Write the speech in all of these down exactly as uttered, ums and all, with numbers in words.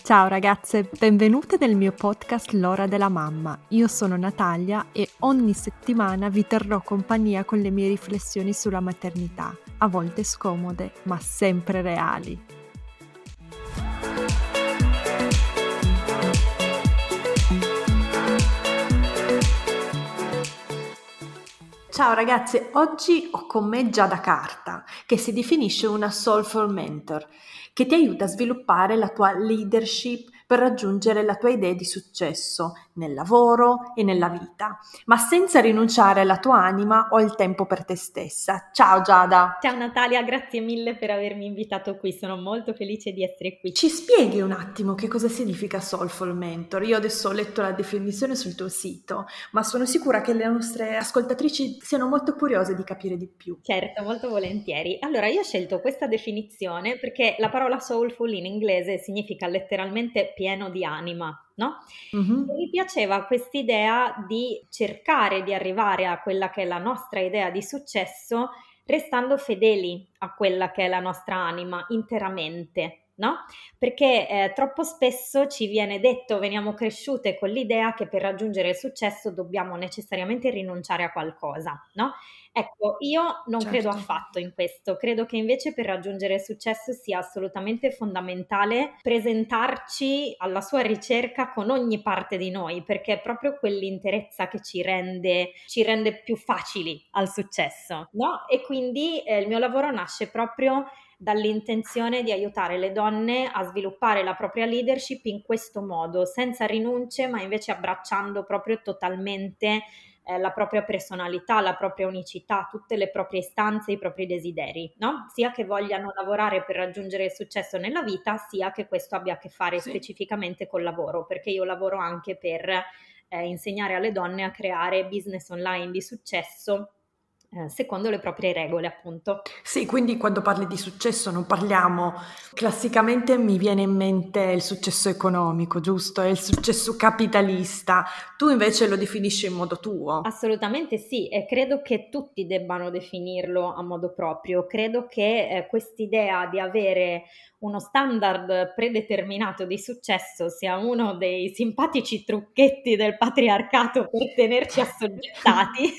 Ciao ragazze, benvenute nel mio podcast L'ora della mamma. Io sono Natalia e ogni settimana vi terrò compagnia con le mie riflessioni sulla maternità, a volte scomode, ma sempre reali. Ciao ragazze, oggi ho con me Giada Carta, che si definisce una Soulful Mentor, che ti aiuta a sviluppare la tua leadership per raggiungere la tua idea di successo nel lavoro e nella vita, ma senza rinunciare alla tua anima o il tempo per te stessa. Ciao Giada! Ciao Natalia, grazie mille per avermi invitato qui, sono molto felice di essere qui. Ci spieghi un attimo che cosa significa Soulful Mentor? Io adesso ho letto la definizione sul tuo sito, ma sono sicura che le nostre ascoltatrici siano molto curiose di capire di più. Certo, molto volentieri. Allora, io ho scelto questa definizione perché la parola soulful in inglese significa letteralmente pieno di anima, no? Mm-hmm. E mi piaceva quest'idea di cercare di arrivare a quella che è la nostra idea di successo restando fedeli a quella che è la nostra anima interamente. No? Perché eh, troppo spesso ci viene detto, veniamo cresciute con l'idea che per raggiungere il successo dobbiamo necessariamente rinunciare a qualcosa, no? Ecco, io non Certo. credo affatto in questo, credo che invece per raggiungere il successo sia assolutamente fondamentale presentarci alla sua ricerca con ogni parte di noi, perché è proprio quell'interezza che ci rende, ci rende più facili al successo, no? E quindi eh, il mio lavoro nasce proprio dall'intenzione di aiutare le donne a sviluppare la propria leadership in questo modo, senza rinunce, ma invece abbracciando proprio totalmente eh, la propria personalità, la propria unicità, tutte le proprie istanze, i propri desideri, no? Sia che vogliano lavorare per raggiungere il successo nella vita, sia che questo abbia a che fare Sì. specificamente col lavoro, perché io lavoro anche per eh, insegnare alle donne a creare business online di successo Eh, secondo le proprie regole, appunto. Sì, quindi quando parli di successo non parliamo, classicamente mi viene in mente il successo economico, giusto? È il successo capitalista. Tu invece lo definisci in modo tuo. Assolutamente sì, e credo che tutti debbano definirlo a modo proprio. Credo che eh, quest'idea di avere uno standard predeterminato di successo sia uno dei simpatici trucchetti del patriarcato per tenerci assoggettati.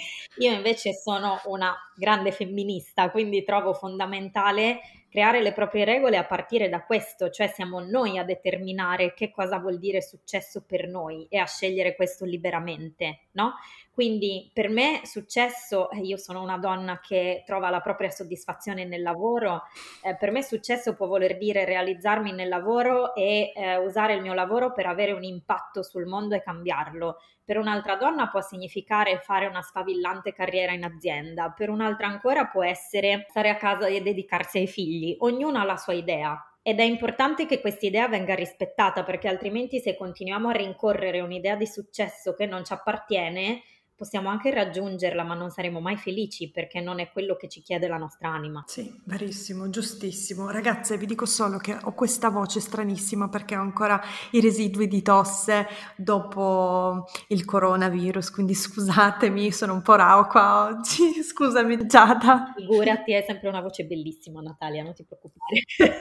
Io invece sono una grande femminista, quindi trovo fondamentale creare le proprie regole a partire da questo, cioè siamo noi a determinare che cosa vuol dire successo per noi e a scegliere questo liberamente, no? Quindi per me successo, eh, io sono una donna che trova la propria soddisfazione nel lavoro, eh, per me successo può voler dire realizzarmi nel lavoro e eh, usare il mio lavoro per avere un impatto sul mondo e cambiarlo. Per un'altra donna può significare fare una sfavillante carriera in azienda, per un'altra ancora può essere stare a casa e dedicarsi ai figli, ognuno ha la sua idea. Ed è importante che questa idea venga rispettata, perché altrimenti se continuiamo a rincorrere un'idea di successo che non ci appartiene, possiamo anche raggiungerla, ma non saremo mai felici perché non è quello che ci chiede la nostra anima. Sì, verissimo, giustissimo. Ragazze, vi dico solo che ho questa voce stranissima perché ho ancora i residui di tosse dopo il coronavirus, quindi scusatemi, sono un po' rauca oggi. Scusami, Giada. Figurati, è sempre una voce bellissima, Natalia, non ti preoccupare.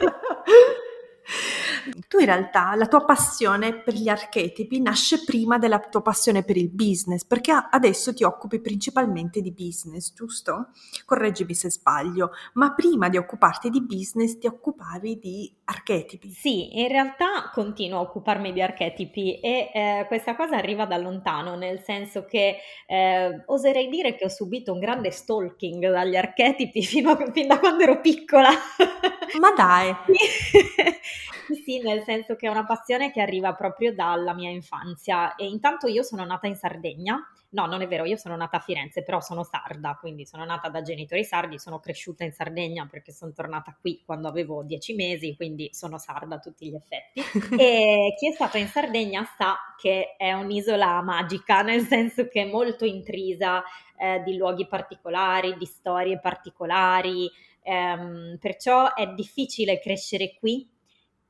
Tu in realtà la tua passione per gli archetipi nasce prima della tua passione per il business, perché adesso ti occupi principalmente di business, giusto? Correggimi se sbaglio, ma prima di occuparti di business ti occupavi di archetipi. Sì, in realtà continuo a occuparmi di archetipi e eh, questa cosa arriva da lontano, nel senso che eh, oserei dire che ho subito un grande stalking dagli archetipi fino a, fin da quando ero piccola. Ma dai! Sì, sì, nel senso che è una passione che arriva proprio dalla mia infanzia e intanto io sono nata in Sardegna. No, non è vero, io sono nata a Firenze, però sono sarda, quindi sono nata da genitori sardi, sono cresciuta in Sardegna perché sono tornata qui quando avevo dieci mesi, quindi sono sarda a tutti gli effetti. E chi è stato in Sardegna sa che è un'isola magica, nel senso che è molto intrisa eh, di luoghi particolari, di storie particolari, ehm, perciò è difficile crescere qui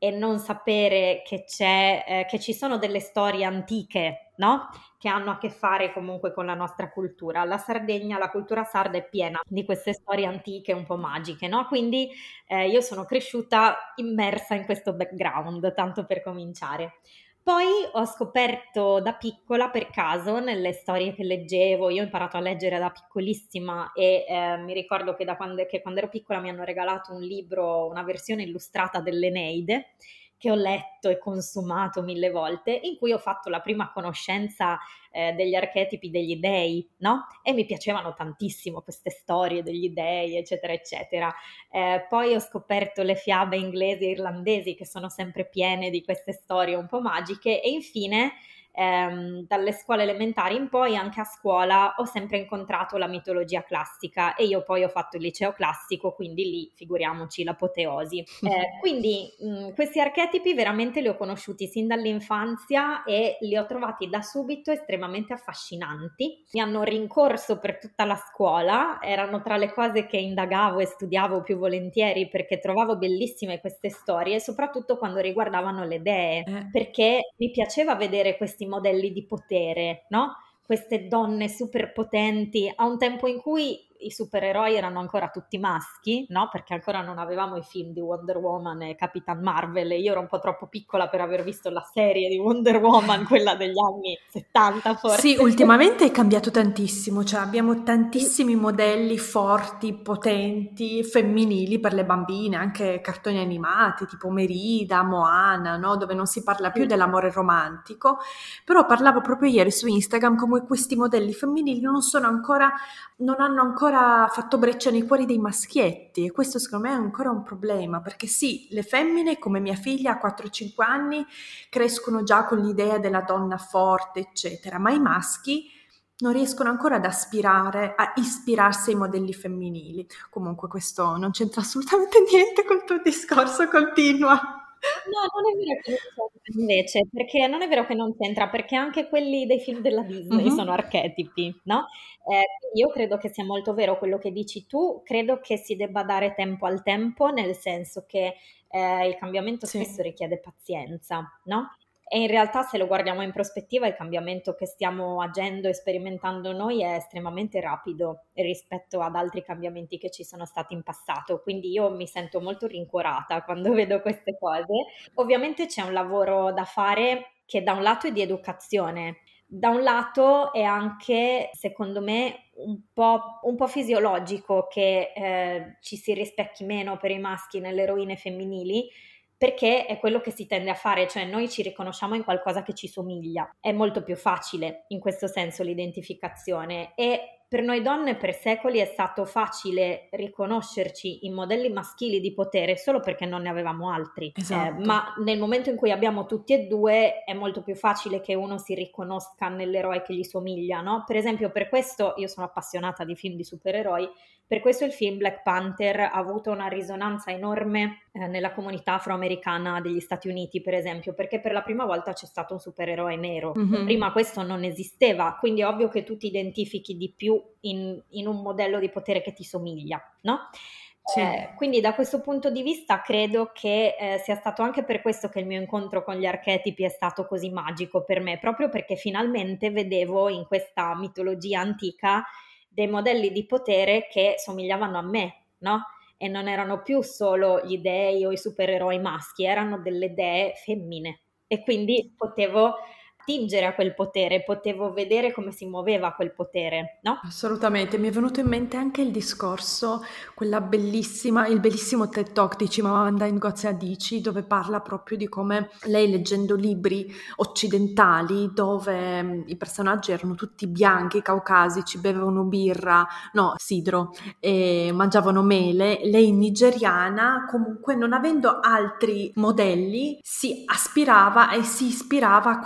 e non sapere che c'è, eh, che ci sono delle storie antiche, no? Che hanno a che fare comunque con la nostra cultura. La Sardegna, la cultura sarda è piena di queste storie antiche un po' magiche, no? Quindi eh, io sono cresciuta immersa in questo background, tanto per cominciare. Poi ho scoperto da piccola, per caso, nelle storie che leggevo, io ho imparato a leggere da piccolissima e eh, mi ricordo che, da quando, che quando ero piccola mi hanno regalato un libro, una versione illustrata dell'Eneide, che ho letto e consumato mille volte, in cui ho fatto la prima conoscenza eh, degli archetipi degli dei, no? E mi piacevano tantissimo queste storie degli dei, eccetera, eccetera. Eh, poi ho scoperto le fiabe inglesi e irlandesi, che sono sempre piene di queste storie un po' magiche, e infine ehm, dalle scuole elementari in poi anche a scuola ho sempre incontrato la mitologia classica, e io poi ho fatto il liceo classico, quindi lì figuriamoci l'apoteosi. Eh, quindi mh, questi archetipi veramente li ho conosciuti sin dall'infanzia e li ho trovati da subito estremamente affascinanti. Mi hanno rincorso per tutta la scuola, erano tra le cose che indagavo e studiavo più volentieri, perché trovavo bellissime queste storie, soprattutto quando riguardavano le dee, Eh. perché mi piaceva vedere questi modelli di potere, no? Queste donne super potenti a un tempo in cui i supereroi erano ancora tutti maschi, no? Perché ancora non avevamo i film di Wonder Woman e Capitan Marvel, e io ero un po' troppo piccola per aver visto la serie di Wonder Woman, quella degli anni settanta forse. Sì, ultimamente è cambiato tantissimo, cioè abbiamo tantissimi modelli forti, potenti, femminili per le bambine, anche cartoni animati tipo Merida, Moana, no? Dove non si parla più Sì. dell'amore romantico, però parlavo proprio ieri su Instagram come questi modelli femminili non sono ancora, non hanno ancora fatto breccia nei cuori dei maschietti, e questo secondo me è ancora un problema, perché sì, le femmine come mia figlia a quattro cinque anni crescono già con l'idea della donna forte, eccetera, ma i maschi non riescono ancora ad aspirare, a ispirarsi ai modelli femminili. Comunque questo non c'entra assolutamente niente col tuo discorso, continua. No, non è vero che non c'entra invece, perché non è vero che non c'entra, perché anche quelli dei film della Disney Mhm. sono archetipi, no? Eh, quindi io credo che sia molto vero quello che dici tu, credo che si debba dare tempo al tempo, nel senso che eh, il cambiamento spesso Sì. richiede pazienza, no? E in realtà, se lo guardiamo in prospettiva, il cambiamento che stiamo agendo e sperimentando noi è estremamente rapido rispetto ad altri cambiamenti che ci sono stati in passato. Quindi io mi sento molto rincuorata quando vedo queste cose. Ovviamente c'è un lavoro da fare che da un lato è di educazione, da un lato è anche, secondo me, un po', un po' fisiologico che eh, ci si rispecchi meno per i maschi nelle eroine femminili, perché è quello che si tende a fare, cioè noi ci riconosciamo in qualcosa che ci somiglia. È molto più facile in questo senso l'identificazione, e per noi donne per secoli è stato facile riconoscerci in modelli maschili di potere solo perché non ne avevamo altri. Eh, Esatto. ma nel momento in cui abbiamo tutti e due è molto più facile che uno si riconosca nell'eroe che gli somiglia, no? Per esempio, per questo io sono appassionata di film di supereroi. Per questo il film Black Panther ha avuto una risonanza enorme eh, nella comunità afroamericana degli Stati Uniti, per esempio, perché per la prima volta c'è stato un supereroe nero. Mhm. Prima questo non esisteva, quindi è ovvio che tu ti identifichi di più in, in un modello di potere che ti somiglia, no? Sì. Eh, quindi da questo punto di vista credo che eh, sia stato anche per questo che il mio incontro con gli archetipi è stato così magico per me, proprio perché finalmente vedevo in questa mitologia antica dei modelli di potere che somigliavano a me, no? E non erano più solo gli dei o i supereroi maschi, erano delle dee femmine, e quindi potevo attingere a quel potere, potevo vedere come si muoveva quel potere, no? Assolutamente, mi è venuto in mente anche il discorso, quella bellissima, il bellissimo TED Talk di Chimamanda Ngozi Adichie, dove parla proprio di come lei, leggendo libri occidentali dove mh, i personaggi erano tutti bianchi, caucasici, bevevano birra, no, sidro, e mangiavano mele, lei nigeriana, comunque non avendo altri modelli, si aspirava e si ispirava a quei modelli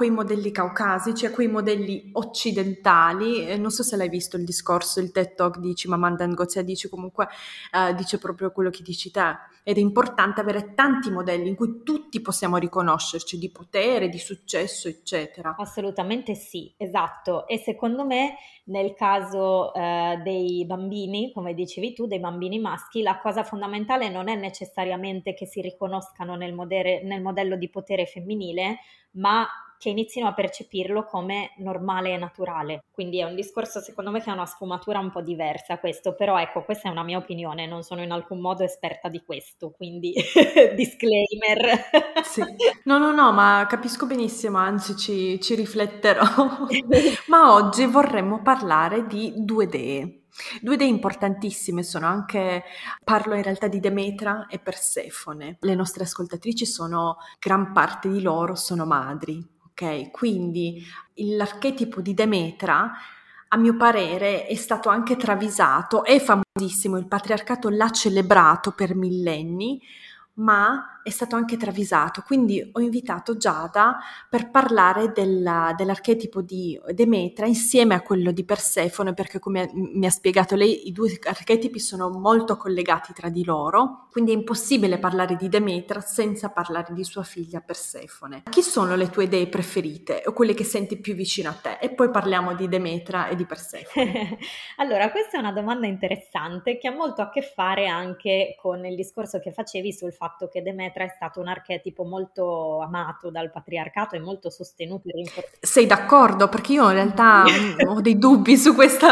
modelli caucasici a quei modelli occidentali. Eh, non so se l'hai visto il discorso, il TED Talk di Chimamanda Ngozi Adichie, comunque eh, dice proprio quello che dici te. Ed è importante avere tanti modelli in cui tutti possiamo riconoscerci, di potere, di successo, eccetera. Assolutamente sì, esatto. E secondo me nel caso eh, dei bambini, come dicevi tu, dei bambini maschi, la cosa fondamentale non è necessariamente che si riconoscano nel, modere- nel modello di potere femminile, ma che inizino a percepirlo come normale e naturale. Quindi è un discorso, secondo me, che ha una sfumatura un po' diversa questo, però ecco, questa è una mia opinione, non sono in alcun modo esperta di questo, quindi disclaimer. Sì. No, no, no, ma capisco benissimo, anzi ci, ci rifletterò. Ma oggi vorremmo parlare di due dee. Due dee importantissime sono anche, parlo in realtà di Demetra e Persefone. Le nostre ascoltatrici sono, gran parte di loro sono madri, ok? Quindi l'archetipo di Demetra, a mio parere, è stato anche travisato, è famosissimo, il patriarcato l'ha celebrato per millenni, ma è stato anche travisato. Quindi ho invitato Giada per parlare della- dell'archetipo di Demetra insieme a quello di Persefone, perché come mi ha spiegato lei, i due archetipi sono molto collegati tra di loro, quindi è impossibile parlare di Demetra senza parlare di sua figlia Persefone. Chi sono le tue idee preferite o quelle che senti più vicino a te? E poi parliamo di Demetra e di Persefone. Allora, questa è una domanda interessante che ha molto a che fare anche con il discorso che facevi sul fatto che Demetra è stato un archetipo molto amato dal patriarcato e molto sostenuto e rinforzato. Sei d'accordo? Perché io in realtà mm, ho dei dubbi su questa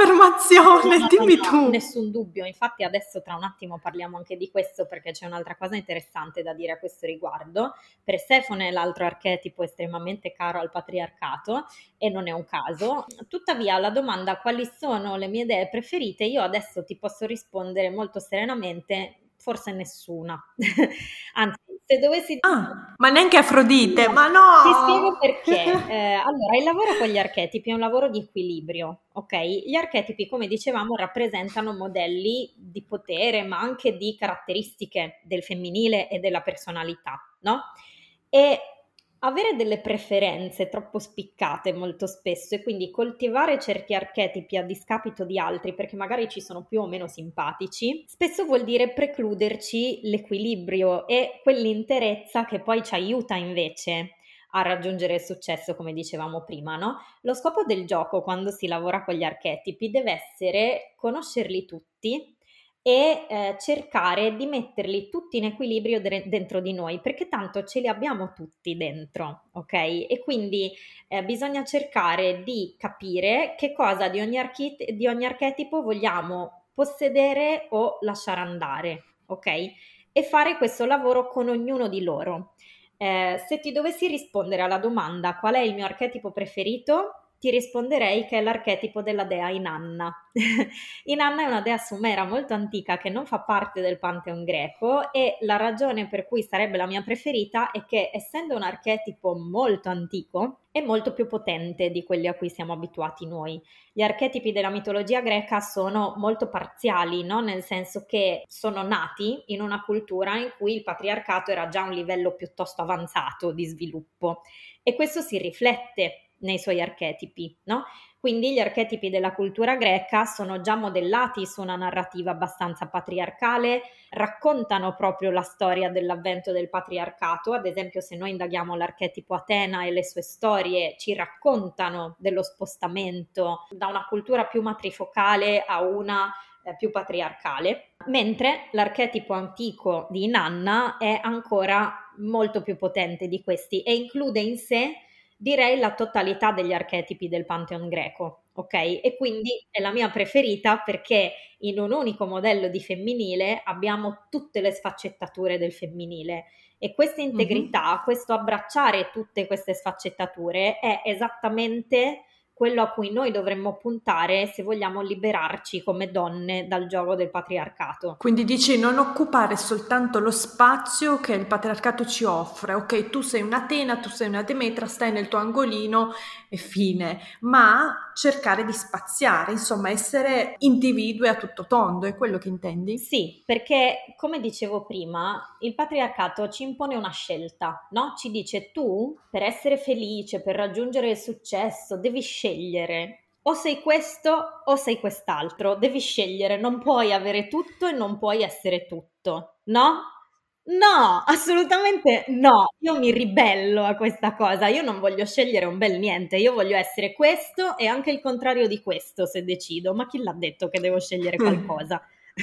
No, affermazione, no, dimmi no, tu. nessun dubbio. Infatti adesso tra un attimo parliamo anche di questo perché c'è un'altra cosa interessante da dire a questo riguardo. Persefone è l'altro archetipo estremamente caro al patriarcato e non è un caso. Tuttavia, alla domanda quali sono le mie idee preferite, io adesso ti posso rispondere molto serenamente, forse nessuna. Anzi, se dovessi Ah, ma neanche Afrodite, no, ma ti spiego no! perché. Eh, allora, il lavoro con gli archetipi è un lavoro di equilibrio, ok? Gli archetipi, come dicevamo, rappresentano modelli di potere, ma anche di caratteristiche del femminile e della personalità, no? E avere delle preferenze troppo spiccate molto spesso e quindi coltivare certi archetipi a discapito di altri perché magari ci sono più o meno simpatici, spesso vuol dire precluderci l'equilibrio e quell'interezza che poi ci aiuta invece a raggiungere il successo, come dicevamo prima, no? Lo scopo del gioco quando si lavora con gli archetipi deve essere conoscerli tutti e eh, cercare di metterli tutti in equilibrio de- dentro di noi, perché tanto ce li abbiamo tutti dentro, ok? E quindi eh, bisogna cercare di capire che cosa di ogni, archi- di ogni archetipo vogliamo possedere o lasciare andare, ok? E fare questo lavoro con ognuno di loro. Eh, se ti dovessi rispondere alla domanda qual è il mio archetipo preferito, ti risponderei che è l'archetipo della dea Inanna. Inanna è una dea sumera molto antica che non fa parte del Pantheon greco e la ragione per cui sarebbe la mia preferita è che essendo un archetipo molto antico è molto più potente di quelli a cui siamo abituati noi. Gli archetipi della mitologia greca sono molto parziali, no? Nel senso che sono nati in una cultura in cui il patriarcato era già a un livello piuttosto avanzato di sviluppo e questo si riflette nei suoi archetipi, no? Quindi gli archetipi della cultura greca sono già modellati su una narrativa abbastanza patriarcale, raccontano proprio la storia dell'avvento del patriarcato, ad esempio se noi indaghiamo l'archetipo Atena e le sue storie ci raccontano dello spostamento da una cultura più matrifocale a una eh, più patriarcale, mentre l'archetipo antico di Inanna è ancora molto più potente di questi e include in sé direi la totalità degli archetipi del Pantheon greco, ok? E quindi è la mia preferita perché in un unico modello di femminile abbiamo tutte le sfaccettature del femminile e questa Mhm. integrità, questo abbracciare tutte queste sfaccettature è esattamente quello a cui noi dovremmo puntare se vogliamo liberarci come donne dal gioco del patriarcato. Quindi dici non occupare soltanto lo spazio che il patriarcato ci offre, ok, tu sei un'Atena, tu sei una Demetra, stai nel tuo angolino e fine, ma cercare di spaziare, insomma essere individui a tutto tondo, è quello che intendi? Sì, perché come dicevo prima, il patriarcato ci impone una scelta, no? Ci dice tu, per essere felice, per raggiungere il successo, devi scegliere. O sei questo o sei quest'altro, devi scegliere, non puoi avere tutto e non puoi essere tutto, no? No, assolutamente no. Io mi ribello a questa cosa. Io non voglio scegliere un bel niente, io voglio essere questo e anche il contrario di questo se decido. Ma chi l'ha detto che devo scegliere qualcosa?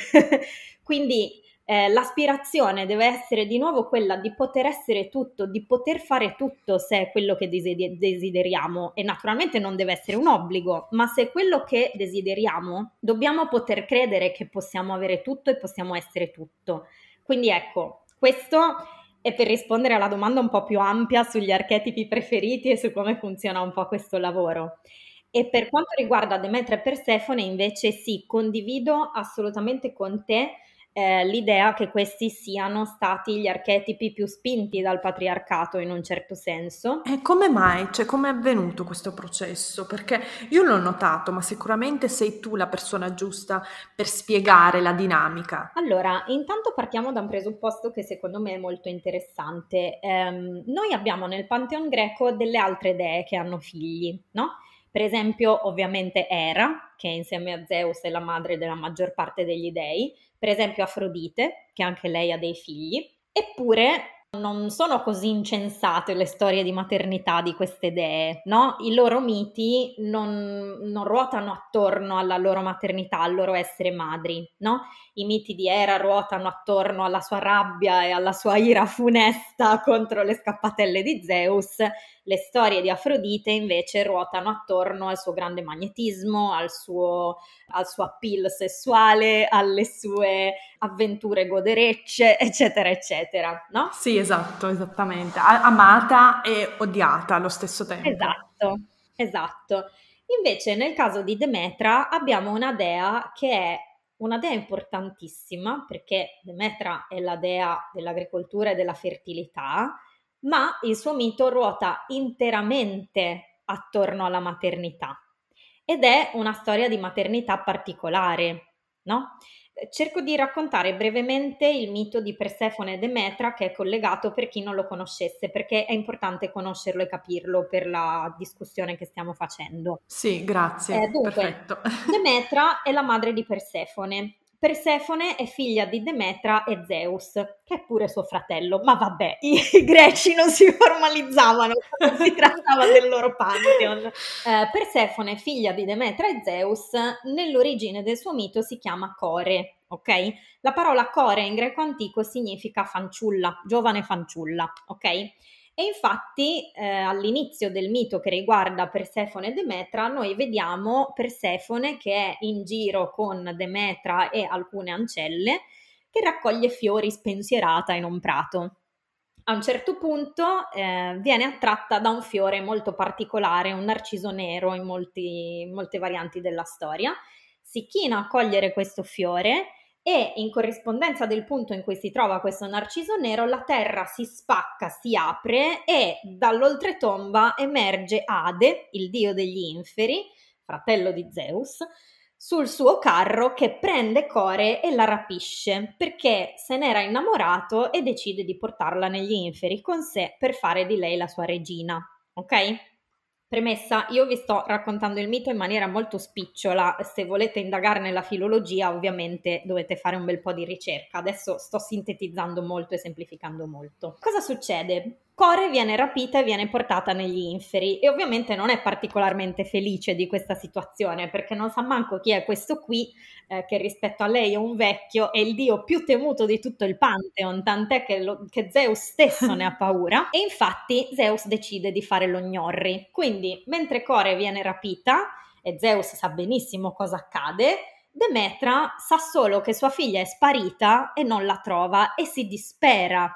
Quindi eh, l'aspirazione deve essere di nuovo quella di poter essere tutto, di poter fare tutto se è quello che desider- desideriamo e naturalmente non deve essere un obbligo, ma se è quello che desideriamo, dobbiamo poter credere che possiamo avere tutto e possiamo essere tutto. Quindi ecco, questo è per rispondere alla domanda un po' più ampia sugli archetipi preferiti e su come funziona un po' questo lavoro. E per quanto riguarda Demetra e Persefone, invece sì, condivido assolutamente con te eh, l'idea che questi siano stati gli archetipi più spinti dal patriarcato in un certo senso. E come mai? Cioè, come è avvenuto questo processo? Perché io l'ho notato, ma sicuramente sei tu la persona giusta per spiegare la dinamica. Allora, intanto partiamo da un presupposto che secondo me è molto interessante. Ehm, noi abbiamo nel Pantheon greco delle altre dee che hanno figli, no? Per esempio, ovviamente Era, che insieme a Zeus è la madre della maggior parte degli dei, per esempio Afrodite, che anche lei ha dei figli, eppure non sono così incensate le storie di maternità di queste dee, no? I loro miti non, non ruotano attorno alla loro maternità, al loro essere madri, no? I miti di Era ruotano attorno alla sua rabbia e alla sua ira funesta contro le scappatelle di Zeus. Le storie di Afrodite invece ruotano attorno al suo grande magnetismo, al suo, al suo appeal sessuale, alle sue avventure goderecce, eccetera, eccetera, no? Sì, esatto, esattamente. A- amata e odiata allo stesso tempo. Esatto, esatto. Invece nel caso di Demetra abbiamo una dea che è una dea importantissima perché Demetra è la dea dell'agricoltura e della fertilità, ma il suo mito ruota interamente attorno alla maternità ed è una storia di maternità particolare, no? Cerco di raccontare brevemente il mito di Persefone e Demetra che è collegato per chi non lo conoscesse, perché è importante conoscerlo e capirlo per la discussione che stiamo facendo. Sì, Eh, grazie, dunque, perfetto. Demetra è la madre di Persefone. Persefone è figlia di Demetra e Zeus, che è pure suo fratello. Ma vabbè, i, i greci non si formalizzavano quando si trattava del loro pantheon. Eh, Persefone, figlia di Demetra e Zeus, nell'origine del suo mito si chiama Core, ok? La parola Core in greco antico significa fanciulla, giovane fanciulla, ok? E infatti eh, all'inizio del mito che riguarda Persefone e Demetra, noi vediamo Persefone che è in giro con Demetra e alcune ancelle che raccoglie fiori spensierata in un prato. A un certo punto eh, viene attratta da un fiore molto particolare, un narciso nero in molti, in molte varianti della storia. Si china a cogliere questo fiore e in corrispondenza del punto in cui si trova questo narciso nero, la terra si spacca, si apre e dall'oltretomba emerge Ade, il dio degli inferi, fratello di Zeus, sul suo carro che prende Core e la rapisce perché se n'era innamorato e decide di portarla negli inferi con sé per fare di lei la sua regina. Ok? Premessa, io vi sto raccontando il mito in maniera molto spicciola, se volete indagare nella filologia ovviamente dovete fare un bel po' di ricerca, adesso sto sintetizzando molto e semplificando molto. Cosa succede? Core viene rapita e viene portata negli inferi e ovviamente non è particolarmente felice di questa situazione perché non sa manco chi è questo qui eh, che rispetto a lei è un vecchio, è il dio più temuto di tutto il Pantheon, tant'è che, lo, che Zeus stesso ne ha paura e infatti Zeus decide di fare lo gnorri. Quindi mentre Core viene rapita e Zeus sa benissimo cosa accade, Demetra sa solo che sua figlia è sparita e non la trova e si dispera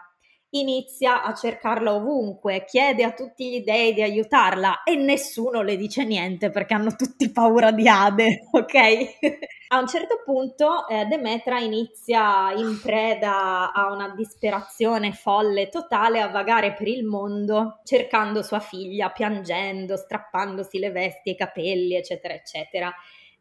inizia a cercarla ovunque, chiede a tutti gli dei di aiutarla e nessuno le dice niente perché hanno tutti paura di Ade, ok? A un certo punto eh, Demetra inizia in preda a una disperazione folle totale a vagare per il mondo cercando sua figlia, piangendo, strappandosi le vesti e i capelli, eccetera, eccetera.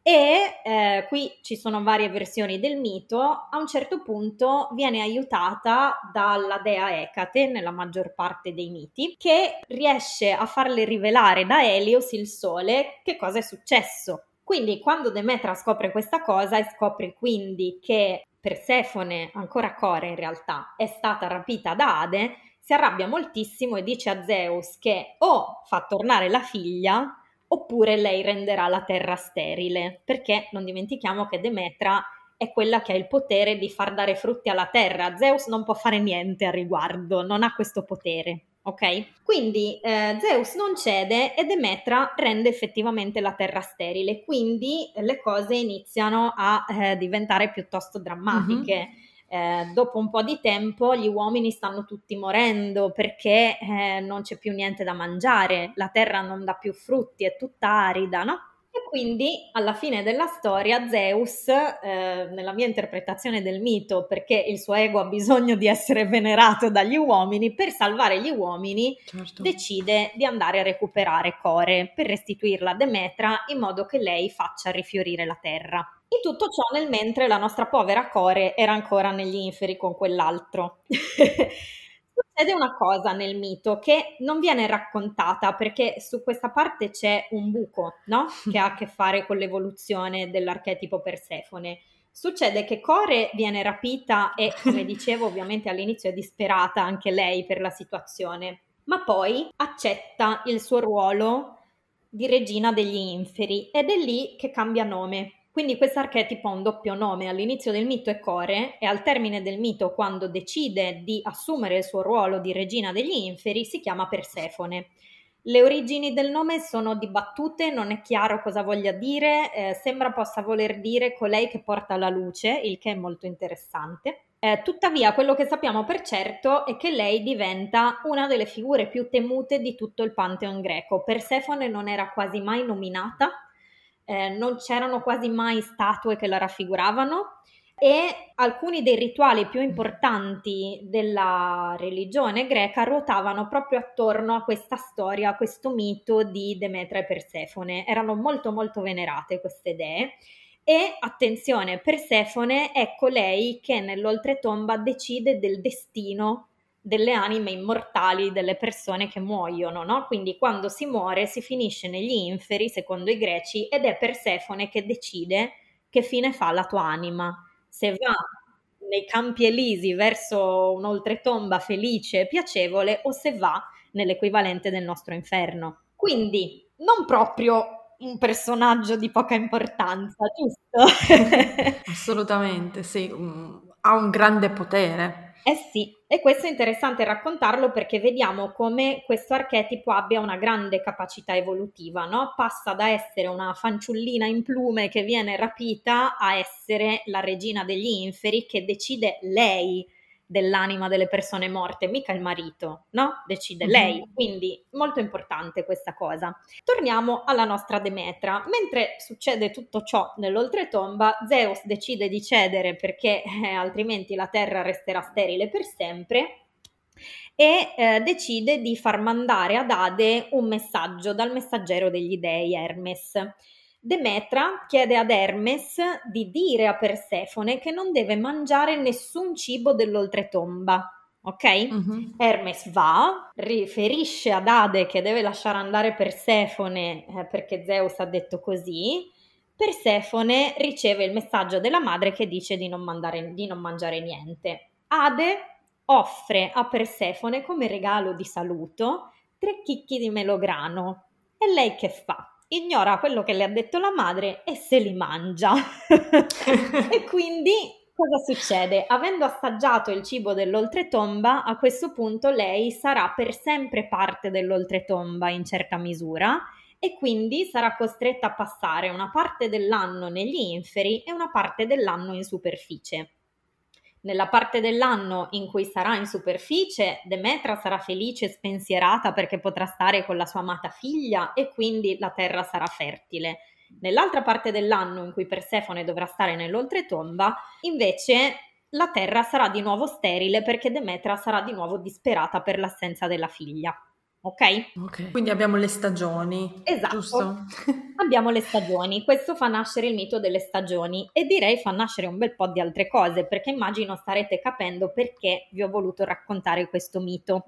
E eh, qui ci sono varie versioni del mito. A un certo punto viene aiutata dalla dea Ecate nella maggior parte dei miti, che riesce a farle rivelare da Helios, il sole, che cosa è successo. Quindi quando Demetra scopre questa cosa e scopre quindi che Persefone, ancora Core in realtà, è stata rapita da Ade, si arrabbia moltissimo e dice a Zeus che o fa tornare la figlia oppure lei renderà la terra sterile, perché non dimentichiamo che Demetra è quella che ha il potere di far dare frutti alla terra. Zeus non può fare niente a riguardo, non ha questo potere. Ok? Quindi eh, Zeus non cede e Demetra rende effettivamente la terra sterile, quindi le cose iniziano a eh, diventare piuttosto drammatiche. Mhm. Eh, dopo un po' di tempo gli uomini stanno tutti morendo perché eh, non c'è più niente da mangiare, la terra non dà più frutti, è tutta arida, no? E quindi alla fine della storia Zeus, eh, nella mia interpretazione del mito, perché il suo ego ha bisogno di essere venerato dagli uomini, per salvare gli uomini Certo. decide di andare a recuperare Core per restituirla a Demetra in modo che lei faccia rifiorire la terra. In tutto ciò, nel mentre la nostra povera Core era ancora negli inferi con quell'altro. Succede una cosa nel mito che non viene raccontata perché su questa parte c'è un buco, no? Che ha a che fare con l'evoluzione dell'archetipo Persefone. Succede che Core viene rapita e, come dicevo, ovviamente all'inizio è disperata anche lei per la situazione, ma poi accetta il suo ruolo di regina degli inferi ed è lì che cambia nome. Quindi questo archetipo ha un doppio nome, all'inizio del mito è Core e al termine del mito, quando decide di assumere il suo ruolo di regina degli inferi, si chiama Persefone. Le origini del nome sono dibattute, non è chiaro cosa voglia dire, eh, sembra possa voler dire colei che porta la luce, il che è molto interessante. Eh, tuttavia, quello che sappiamo per certo è che lei diventa una delle figure più temute di tutto il Pantheon greco. Persefone non era quasi mai nominata, eh, non c'erano quasi mai statue che la raffiguravano e alcuni dei rituali più importanti della religione greca ruotavano proprio attorno a questa storia, a questo mito di Demetra e Persefone. Erano molto molto venerate queste dee. E attenzione, Persefone è colei che nell'oltretomba decide del destino delle anime immortali delle persone che muoiono, no? Quindi quando si muore si finisce negli inferi, secondo i greci, ed è Persefone che decide che fine fa la tua anima. Se va nei campi elisi verso un'oltretomba felice e piacevole o se va nell'equivalente del nostro inferno. Quindi non proprio un personaggio di poca importanza, giusto? Assolutamente, sì, mm, ha un grande potere. Eh sì, e questo è interessante raccontarlo perché vediamo come questo archetipo abbia una grande capacità evolutiva, no? Passa da essere una fanciullina in plume che viene rapita a essere la regina degli inferi che decide lei dell'anima delle persone morte, mica il marito, no? Decide lei, Mhm. quindi molto importante questa cosa. Torniamo alla nostra Demetra. Mentre succede tutto ciò nell'oltretomba, Zeus decide di cedere perché eh, altrimenti la terra resterà sterile per sempre e eh, decide di far mandare ad Ade un messaggio dal messaggero degli dei Hermes. Demetra chiede ad Hermes di dire a Persefone che non deve mangiare nessun cibo dell'oltretomba, ok? Mhm. Hermes va, riferisce ad Ade che deve lasciare andare Persefone eh, perché Zeus ha detto così. Persefone riceve il messaggio della madre che dice di non, mandare, di non mangiare niente. Ade offre a Persefone come regalo di saluto tre chicchi di melograno. E lei che fa? Ignora quello che le ha detto la madre e se li mangia. E quindi cosa succede? Avendo assaggiato il cibo dell'oltretomba, a questo punto lei sarà per sempre parte dell'oltretomba in certa misura e quindi sarà costretta a passare una parte dell'anno negli inferi e una parte dell'anno in superficie. Nella parte dell'anno in cui sarà in superficie, Demetra sarà felice e spensierata perché potrà stare con la sua amata figlia e quindi la terra sarà fertile. Nell'altra parte dell'anno in cui Persefone dovrà stare nell'oltretomba, invece la terra sarà di nuovo sterile perché Demetra sarà di nuovo disperata per l'assenza della figlia. Ok? Ok, quindi abbiamo le stagioni, Esatto. giusto? Abbiamo le stagioni, questo fa nascere il mito delle stagioni e direi fa nascere un bel po' di altre cose, perché immagino starete capendo perché vi ho voluto raccontare questo mito.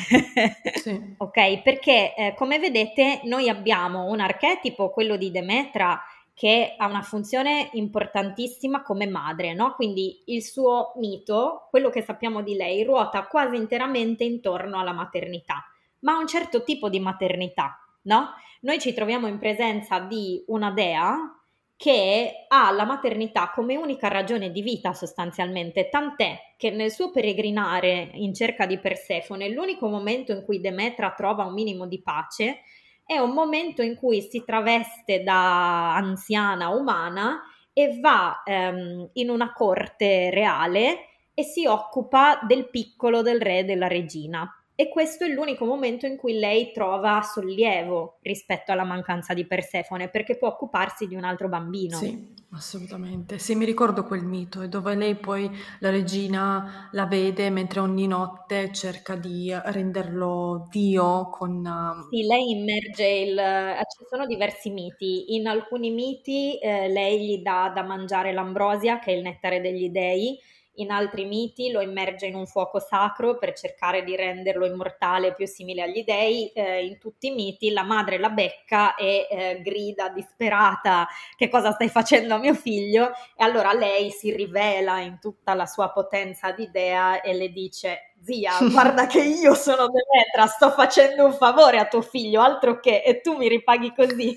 Sì. Ok, perché eh, come vedete noi abbiamo un archetipo, quello di Demetra, che ha una funzione importantissima come madre, no? Quindi il suo mito, quello che sappiamo di lei, ruota quasi interamente intorno alla maternità, ma a un certo tipo di maternità, no? Noi ci troviamo in presenza di una dea che ha la maternità come unica ragione di vita sostanzialmente, tant'è che nel suo peregrinare in cerca di Persefone, l'unico momento in cui Demetra trova un minimo di pace è un momento in cui si traveste da anziana umana e va ehm, in una corte reale e si occupa del piccolo del re e della regina. E questo è l'unico momento in cui lei trova sollievo rispetto alla mancanza di Persefone, perché può occuparsi di un altro bambino. Sì, assolutamente. Sì, mi ricordo quel mito, e dove lei poi, la regina, la vede mentre ogni notte cerca di renderlo Dio con... um, Sì, lei immerge il... eh, ci sono diversi miti. In alcuni miti eh, lei gli dà da mangiare l'ambrosia, che è il nettare degli dei, in altri miti lo immerge in un fuoco sacro per cercare di renderlo immortale, più simile agli dei. Eh, in tutti i miti la madre la becca e eh, grida disperata: che cosa stai facendo a mio figlio? E allora lei si rivela in tutta la sua potenza di dea e le dice: zia, guarda che io sono Demetra, sto facendo un favore a tuo figlio, altro che, e tu mi ripaghi così.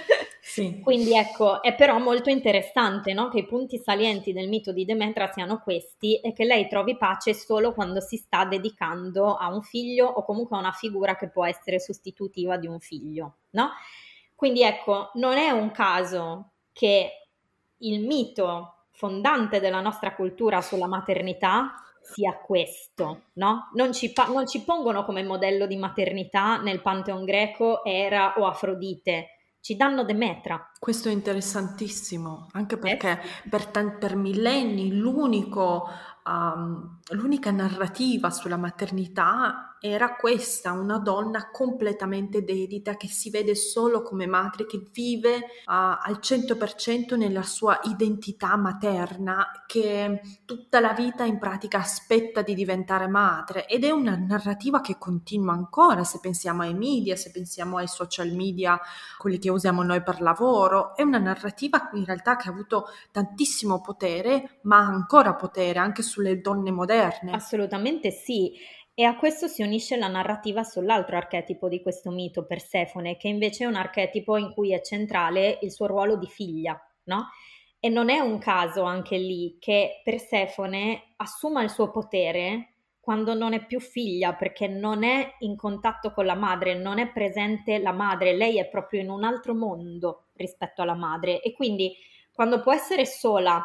Sì, Quindi ecco, è però molto interessante, no? Che i punti salienti del mito di Demetra siano questi e che lei trovi pace solo quando si sta dedicando a un figlio o comunque a una figura che può essere sostitutiva di un figlio, no? Quindi ecco, non è un caso che il mito fondante della nostra cultura sulla maternità sia questo, no? Non ci, pa- non ci pongono come modello di maternità nel Pantheon greco Era o Afrodite, ci danno Demetra. questo è interessantissimo, anche Eh perché sì. per, tan- per millenni l'unico, um, l'unica narrativa sulla maternità era questa, una donna completamente dedita che si vede solo come madre, che vive uh, al cento per cento nella sua identità materna, che tutta la vita in pratica aspetta di diventare madre, ed è una narrativa che continua ancora, se pensiamo ai media, se pensiamo ai social media, quelli che usiamo noi per lavoro. È una narrativa in realtà che ha avuto tantissimo potere, ma ha ancora potere anche sulle donne moderne. Assolutamente sì, e a questo si unisce la narrativa sull'altro archetipo di questo mito, Persefone, che invece è un archetipo in cui è centrale il suo ruolo di figlia, no? E non è un caso anche lì che Persefone assuma il suo potere quando non è più figlia, perché non è in contatto con la madre, non è presente la madre, lei è proprio in un altro mondo rispetto alla madre e quindi quando può essere sola,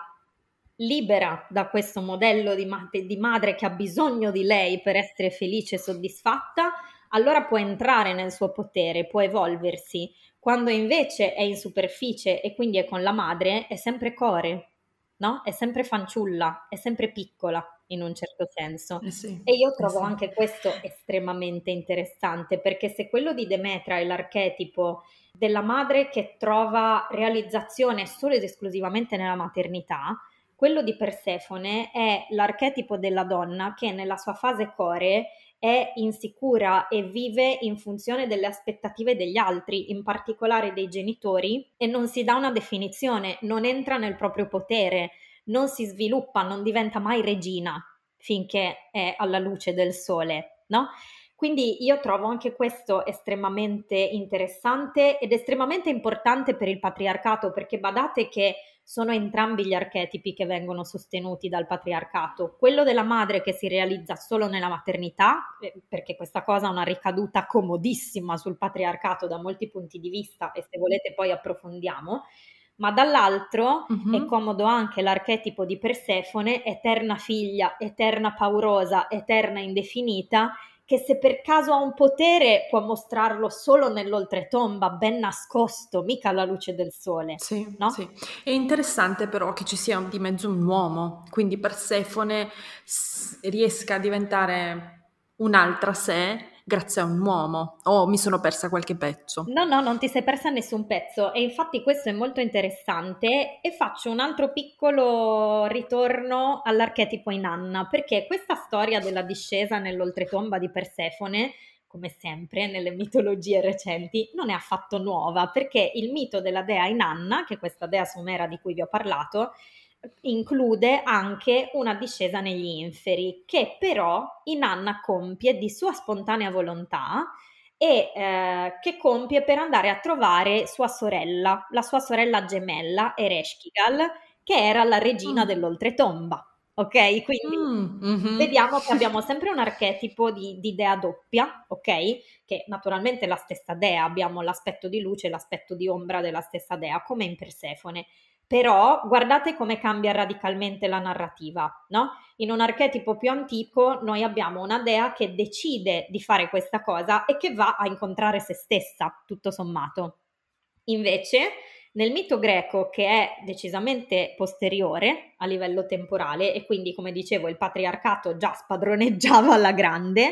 libera da questo modello di, ma- di madre che ha bisogno di lei per essere felice e soddisfatta, allora può entrare nel suo potere, può evolversi. Quando invece è in superficie e quindi è con la madre, è sempre core, no? È sempre fanciulla, è sempre piccola in un certo senso. Eh sì, E io eh trovo sì. anche questo estremamente interessante, perché se quello di Demetra è l'archetipo della madre che trova realizzazione solo ed esclusivamente nella maternità, quello di Persefone è l'archetipo della donna che nella sua fase core è insicura e vive in funzione delle aspettative degli altri, in particolare dei genitori, e non si dà una definizione, non entra nel proprio potere, non si sviluppa, non diventa mai regina finché è alla luce del sole, no? Quindi io trovo anche questo estremamente interessante ed estremamente importante per il patriarcato, perché badate che sono entrambi gli archetipi che vengono sostenuti dal patriarcato. Quello della madre che si realizza solo nella maternità, eh, perché questa cosa ha una ricaduta comodissima sul patriarcato da molti punti di vista e se volete poi approfondiamo, ma dall'altro è Mhm. comodo anche l'archetipo di Persefone, eterna figlia, eterna paurosa, eterna indefinita, che se per caso ha un potere può mostrarlo solo nell'oltretomba, ben nascosto, mica alla luce del sole, Sì, no? sì. È interessante però che ci sia di mezzo un uomo, quindi Persefone s- riesca a diventare un'altra sé grazie a un uomo. Oh, mi sono persa qualche pezzo. No, no, non ti sei persa nessun pezzo e infatti questo è molto interessante e faccio un altro piccolo ritorno all'archetipo Inanna, perché questa storia della discesa nell'oltretomba di Persefone, come sempre nelle mitologie recenti, non è affatto nuova, perché il mito della dea Inanna, che è questa dea sumera di cui vi ho parlato, include anche una discesa negli inferi, che però Inanna compie di sua spontanea volontà e eh, che compie per andare a trovare sua sorella, la sua sorella gemella Ereshkigal, che era la regina Mm. dell'oltretomba. Ok? Quindi Mm, mhm. vediamo che abbiamo sempre un archetipo di, di dea doppia, ok? Che naturalmente è la stessa dea, abbiamo l'aspetto di luce e l'aspetto di ombra della stessa dea, come in Persefone. Però guardate come cambia radicalmente la narrativa, no? In un archetipo più antico noi abbiamo una dea che decide di fare questa cosa e che va a incontrare se stessa, tutto sommato. Invece, nel mito greco, che è decisamente posteriore a livello temporale, e quindi, come dicevo, il patriarcato già spadroneggiava alla grande,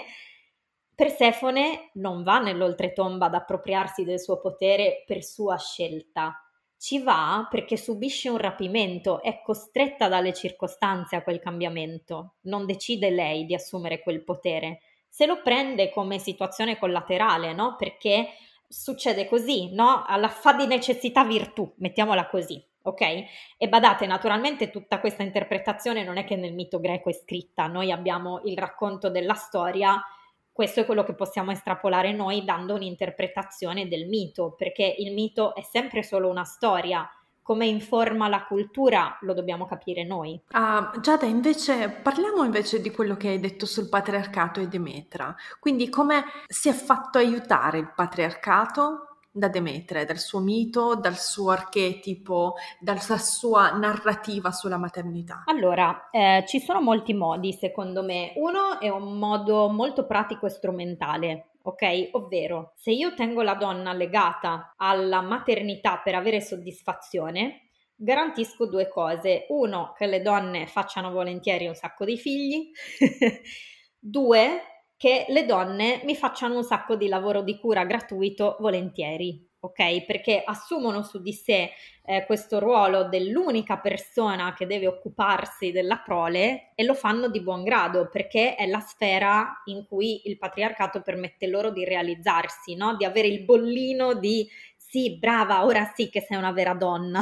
Persefone non va nell'oltretomba ad appropriarsi del suo potere per sua scelta, ci va perché subisce un rapimento, è costretta dalle circostanze a quel cambiamento, non decide lei di assumere quel potere, se lo prende come situazione collaterale, no? Perché succede così, no? Alla fa di necessità virtù, mettiamola così, ok? E badate, naturalmente tutta questa interpretazione non è che nel mito greco è scritta, noi abbiamo il racconto della storia, questo è quello che possiamo estrapolare noi dando un'interpretazione del mito, perché il mito è sempre solo una storia, come informa la cultura lo dobbiamo capire noi. Ah, Giada, invece parliamo invece di quello che hai detto sul patriarcato e Demetra. Quindi come si è fatto aiutare il patriarcato da Demetra, dal suo mito, dal suo archetipo, dalla sua narrativa sulla maternità? Allora, eh, ci sono molti modi secondo me. Uno è un modo molto pratico e strumentale, ok? Ovvero, se io tengo la donna legata alla maternità per avere soddisfazione, garantisco due cose. Uno, che le donne facciano volentieri un sacco di figli. Due, che le donne mi facciano un sacco di lavoro di cura gratuito volentieri, ok? Perché assumono su di sé eh, questo ruolo dell'unica persona che deve occuparsi della prole e lo fanno di buon grado perché è la sfera in cui il patriarcato permette loro di realizzarsi, no? Di avere il bollino di sì, brava, ora sì che sei una vera donna,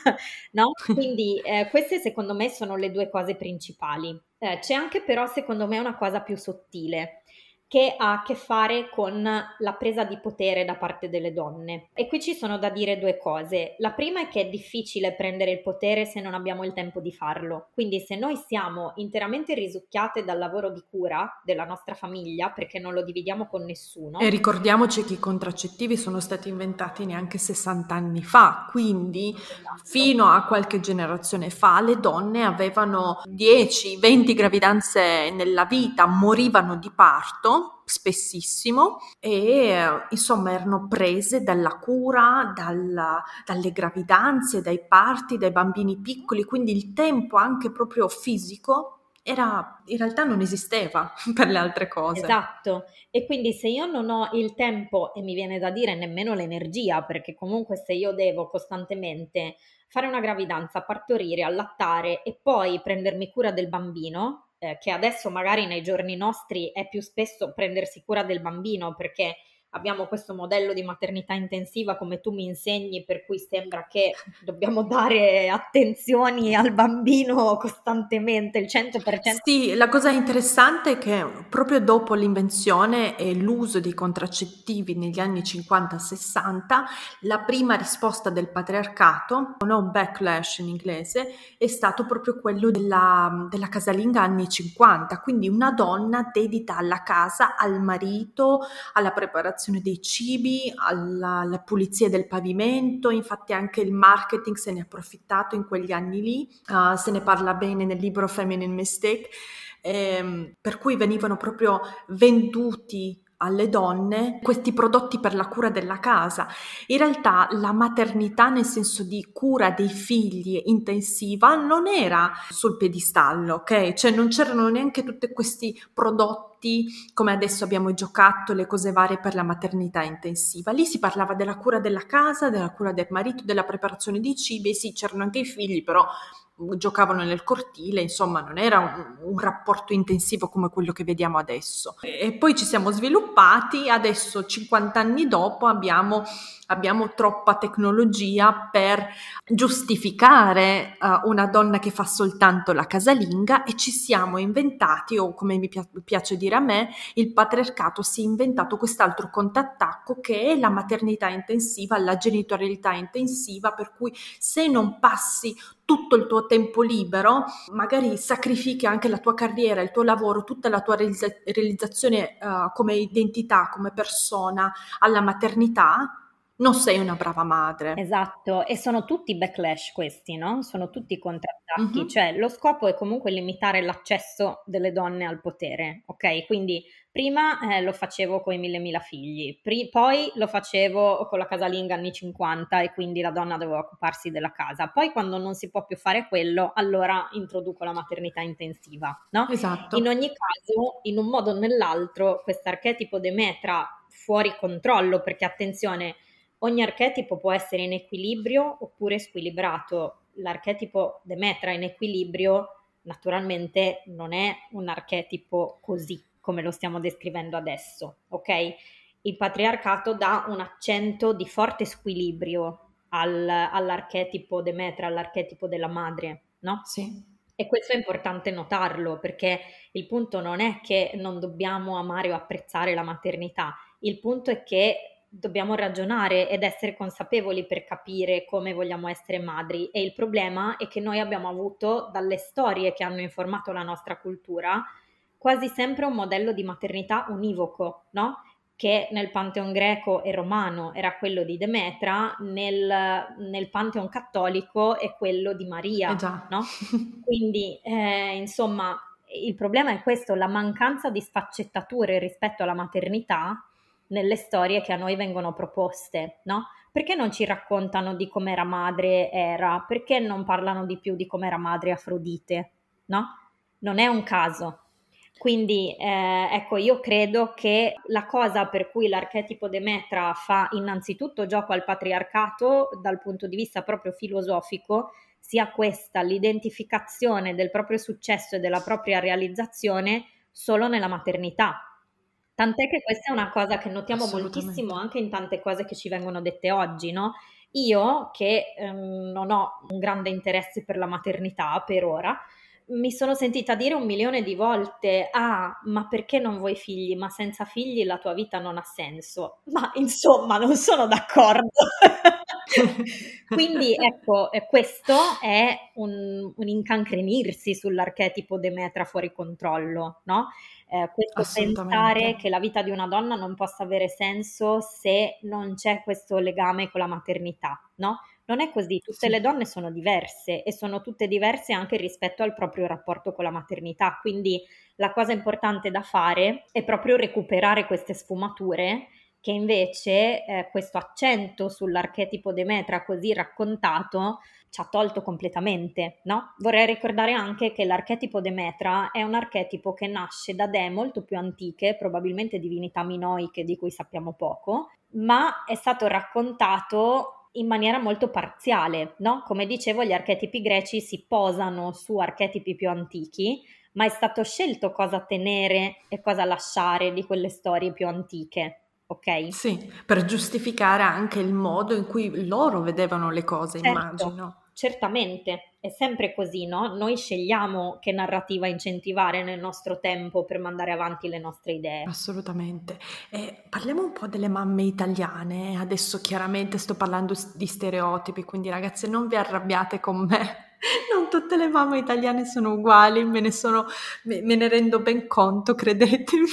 no? Quindi eh, queste secondo me sono le due cose principali. Eh, c'è anche però secondo me una cosa più sottile che ha a che fare con la presa di potere da parte delle donne. E qui ci sono da dire due cose. La prima è che è difficile prendere il potere se non abbiamo il tempo di farlo. Quindi se noi siamo interamente risucchiate dal lavoro di cura della nostra famiglia, perché non lo dividiamo con E nessuno, ricordiaci che i contraccettivi sono stati inventati neanche sessanta anni fa, quindi esatto. fino a qualche generazione fa le donne avevano dieci venti gravidanze nella vita, morivano di parto spessissimo e eh, insomma erano prese dalla cura, dalla- dalle gravidanze, dai parti, dai bambini piccoli, quindi il tempo anche proprio fisico era, in realtà non esisteva per le altre cose. Esatto, e quindi se io non ho il tempo e mi viene da dire nemmeno l'energia, perché comunque se io devo costantemente fare una gravidanza, partorire, allattare e poi prendermi cura del bambino, eh, che adesso magari nei giorni nostri è più spesso prendersi cura del bambino perché abbiamo questo modello di maternità intensiva come tu mi insegni, per cui sembra che dobbiamo dare attenzioni al bambino costantemente, il cento per cento. Sì, la cosa interessante è che proprio dopo l'invenzione e l'uso dei contraccettivi negli anni cinquanta sessanta, la prima risposta del patriarcato, no backlash in inglese, è stato proprio quello della, della casalinga anni cinquanta, quindi una donna dedita alla casa, al marito, alla preparazione preparazione dei cibi, alla, alla pulizia del pavimento, infatti anche il marketing se ne è approfittato in quegli anni lì, uh, se ne parla bene nel libro Feminine Mistake, ehm, per cui venivano proprio venduti alle donne questi prodotti per la cura della casa. In realtà la maternità, nel senso di cura dei figli intensiva, non era sul piedistallo, ok? Cioè non c'erano neanche tutti questi prodotti come adesso abbiamo i giocattoli e cose varie per la maternità intensiva. Lì si parlava della cura della casa, della cura del marito, della preparazione dei cibi, e sì, c'erano anche i figli, però giocavano nel cortile, insomma non era un, un rapporto intensivo come quello che vediamo adesso. E poi ci siamo sviluppati, adesso cinquanta anni dopo abbiamo, abbiamo troppa tecnologia per giustificare uh, una donna che fa soltanto la casalinga, e ci siamo inventati, o come mi pi- piace dire a me, il patriarcato si è inventato quest'altro contrattacco che è la maternità intensiva, la genitorialità intensiva, per cui se non passi tutto il tuo tempo libero, magari sacrifichi anche la tua carriera, il tuo lavoro, tutta la tua realizza- realizzazione uh, come identità, come persona alla maternità, non sei una brava madre. Esatto, e sono tutti backlash questi, no? Sono tutti contrattacchi, Mhm. cioè lo scopo è comunque limitare l'accesso delle donne al potere, ok? Quindi prima eh, lo facevo con i mille mila figli, pri- poi lo facevo con la casalinga anni cinquanta e quindi la donna doveva occuparsi della casa, poi quando non si può più fare quello, allora introduco la maternità intensiva, no? In Esatto. ogni caso, in un modo o nell'altro, questo archetipo Demetra fuori controllo, perché attenzione, ogni archetipo può essere in equilibrio oppure squilibrato. L'archetipo Demetra in equilibrio naturalmente non è un archetipo così come lo stiamo descrivendo adesso, ok? Il patriarcato dà un accento di forte squilibrio al, all'archetipo Demetra, all'archetipo della madre, no? Sì. E questo è importante notarlo perché il punto non è che non dobbiamo amare o apprezzare la maternità, il punto è che dobbiamo ragionare ed essere consapevoli per capire come vogliamo essere madri, e il problema è che noi abbiamo avuto dalle storie che hanno informato la nostra cultura quasi sempre un modello di maternità univoco, no? Che nel Pantheon greco e romano era quello di Demetra, nel, nel Pantheon cattolico è quello di Eh Maria, già. no? Quindi, eh, insomma, il problema è questo, la mancanza di sfaccettature rispetto alla maternità nelle storie che a noi vengono proposte, no? Perché non ci raccontano di com'era madre Era? Perché non parlano di più di com'era madre Afrodite, no? Non è un caso. Quindi, eh, ecco, io credo che la cosa per cui l'archetipo Demetra fa innanzitutto gioco al patriarcato dal punto di vista proprio filosofico sia questa, l'identificazione del proprio successo e della propria realizzazione solo nella maternità. Tant'è che questa è una cosa che notiamo moltissimo Assolutamente. anche in tante cose che ci vengono dette oggi, no? Io, che ehm, non ho un grande interesse per la maternità per ora, mi sono sentita dire un milione di volte: ah, ma perché non vuoi figli? Ma senza figli la tua vita non ha senso. Ma insomma, non sono d'accordo. Quindi ecco, eh, questo è un, un incancrenirsi sull'archetipo Demetra fuori controllo, no? Eh, questo Assolutamente. pensare che la vita di una donna non possa avere senso se non c'è questo legame con la maternità, no? Non è così, tutte le Sì. donne sono diverse e sono tutte diverse anche rispetto al proprio rapporto con la maternità, quindi la cosa importante da fare è proprio recuperare queste sfumature che invece eh, questo accento sull'archetipo Demetra così raccontato ci ha tolto completamente, no? Vorrei ricordare anche che l'archetipo Demetra è un archetipo che nasce da dee molto più antiche, probabilmente divinità minoiche di cui sappiamo poco, ma è stato raccontato in maniera molto parziale, no? Come dicevo, gli archetipi greci si posano su archetipi più antichi, ma è stato scelto cosa tenere e cosa lasciare di quelle storie più antiche, ok? Sì, per giustificare anche il modo in cui loro vedevano le cose, Certo, immagino. certamente, è sempre così, no? Noi scegliamo che narrativa incentivare nel nostro tempo per mandare avanti le nostre idee. Assolutamente. E parliamo un po' delle mamme italiane. Adesso chiaramente sto parlando s- di stereotipi, quindi ragazze non vi arrabbiate con me. Non tutte le mamme italiane sono uguali, me ne sono, me, me ne rendo ben conto, credetemi.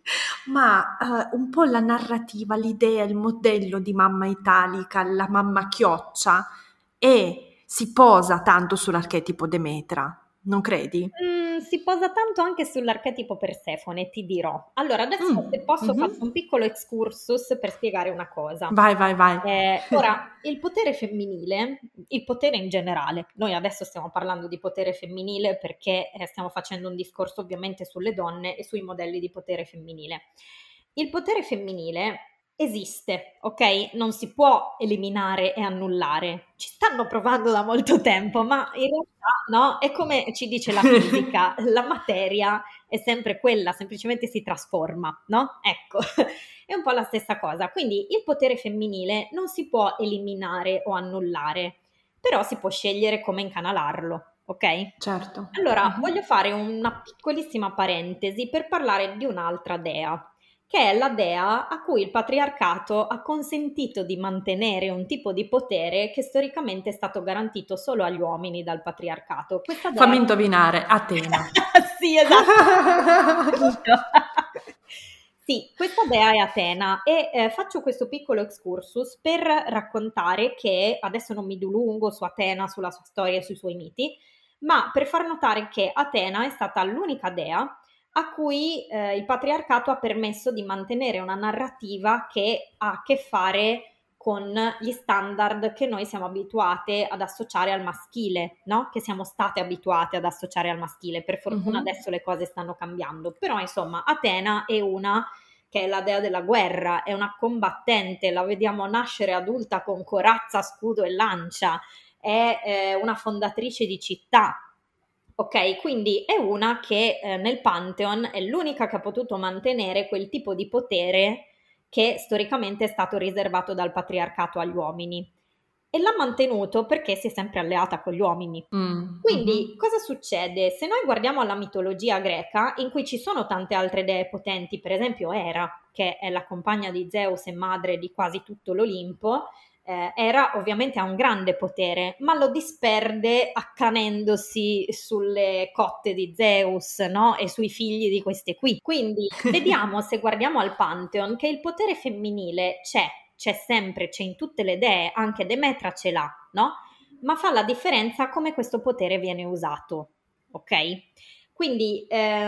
Ma eh, un po' la narrativa, l'idea, il modello di mamma italica, la mamma chioccia, e si posa tanto sull'archetipo Demetra, non credi? Mhmm, si posa tanto anche sull'archetipo Persefone, ti dirò. Allora, adesso se Mm, posso mhm. faccio un piccolo excursus per spiegare una cosa. Vai, vai, vai. Ehm, ora, il potere femminile, il potere in generale, noi adesso stiamo parlando di potere femminile perché, ehm, stiamo facendo un discorso ovviamente sulle donne e sui modelli di potere femminile. Il potere femminile esiste, ok? Non si può eliminare e annullare. Ci stanno provando da molto tempo, ma in realtà no, è come ci dice la fisica, la materia è sempre quella, semplicemente si trasforma, no? Ecco, è un po' la stessa cosa. Quindi il potere femminile non si può eliminare o annullare, però si può scegliere come incanalarlo, ok? Certo. Allora, Mhm. voglio fare una piccolissima parentesi per parlare di un'altra dea, che è la dea a cui il patriarcato ha consentito di mantenere un tipo di potere che storicamente è stato garantito solo agli uomini dal patriarcato. Questa dea... Fammi indovinare, Atena. Sì, esatto. Sì, questa dea è Atena e eh, faccio questo piccolo excursus per raccontare che, adesso non mi dilungo su Atena, sulla sua storia e sui suoi miti, ma per far notare che Atena è stata l'unica dea a cui eh, il patriarcato ha permesso di mantenere una narrativa che ha a che fare con gli standard che noi siamo abituate ad associare al maschile, no? Che siamo state abituate ad associare al maschile. Per fortuna Mhm. adesso le cose stanno cambiando, però insomma Atena è una che è la dea della guerra, è una combattente, la vediamo nascere adulta con corazza, scudo e lancia, è eh, una fondatrice di città. Ok, quindi è una che eh, nel Pantheon è l'unica che ha potuto mantenere quel tipo di potere che storicamente è stato riservato dal patriarcato agli uomini. E l'ha mantenuto perché si è sempre alleata con gli uomini. Mm, Quindi, mhm. cosa succede? Se noi guardiamo alla mitologia greca, in cui ci sono tante altre dee potenti, per esempio Hera, che è la compagna di Zeus e madre di quasi tutto l'Olimpo, eh, Hera ovviamente ha un grande potere, ma lo disperde accanendosi sulle cotte di Zeus, no? E sui figli di queste qui. Quindi vediamo, se guardiamo al Pantheon, che il potere femminile c'è, c'è sempre, c'è in tutte le dee, anche Demetra ce l'ha, no? Ma fa la differenza come questo potere viene usato, ok? Quindi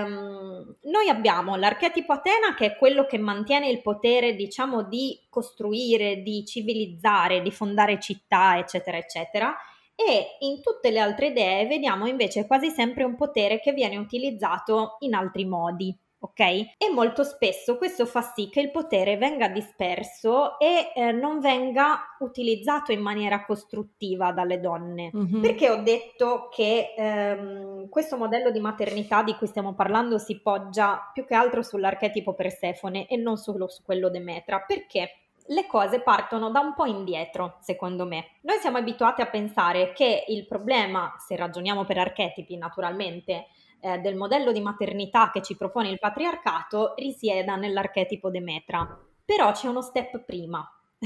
ehm, noi abbiamo l'archetipo Atena che è quello che mantiene il potere, diciamo, di costruire, di civilizzare, di fondare città, eccetera, eccetera. E in tutte le altre dee vediamo invece quasi sempre un potere che viene utilizzato in altri modi. Ok? E molto spesso questo fa sì che il potere venga disperso e eh, non venga utilizzato in maniera costruttiva dalle donne. Mhm. Perché ho detto che ehm, questo modello di maternità di cui stiamo parlando si poggia più che altro sull'archetipo Persefone e non solo su quello Demetra? Perché le cose partono da un po' indietro, secondo me. Noi siamo abituati a pensare che il problema, se ragioniamo per archetipi naturalmente, eh, del modello di maternità che ci propone il patriarcato risieda nell'archetipo Demetra. Però c'è uno step prima.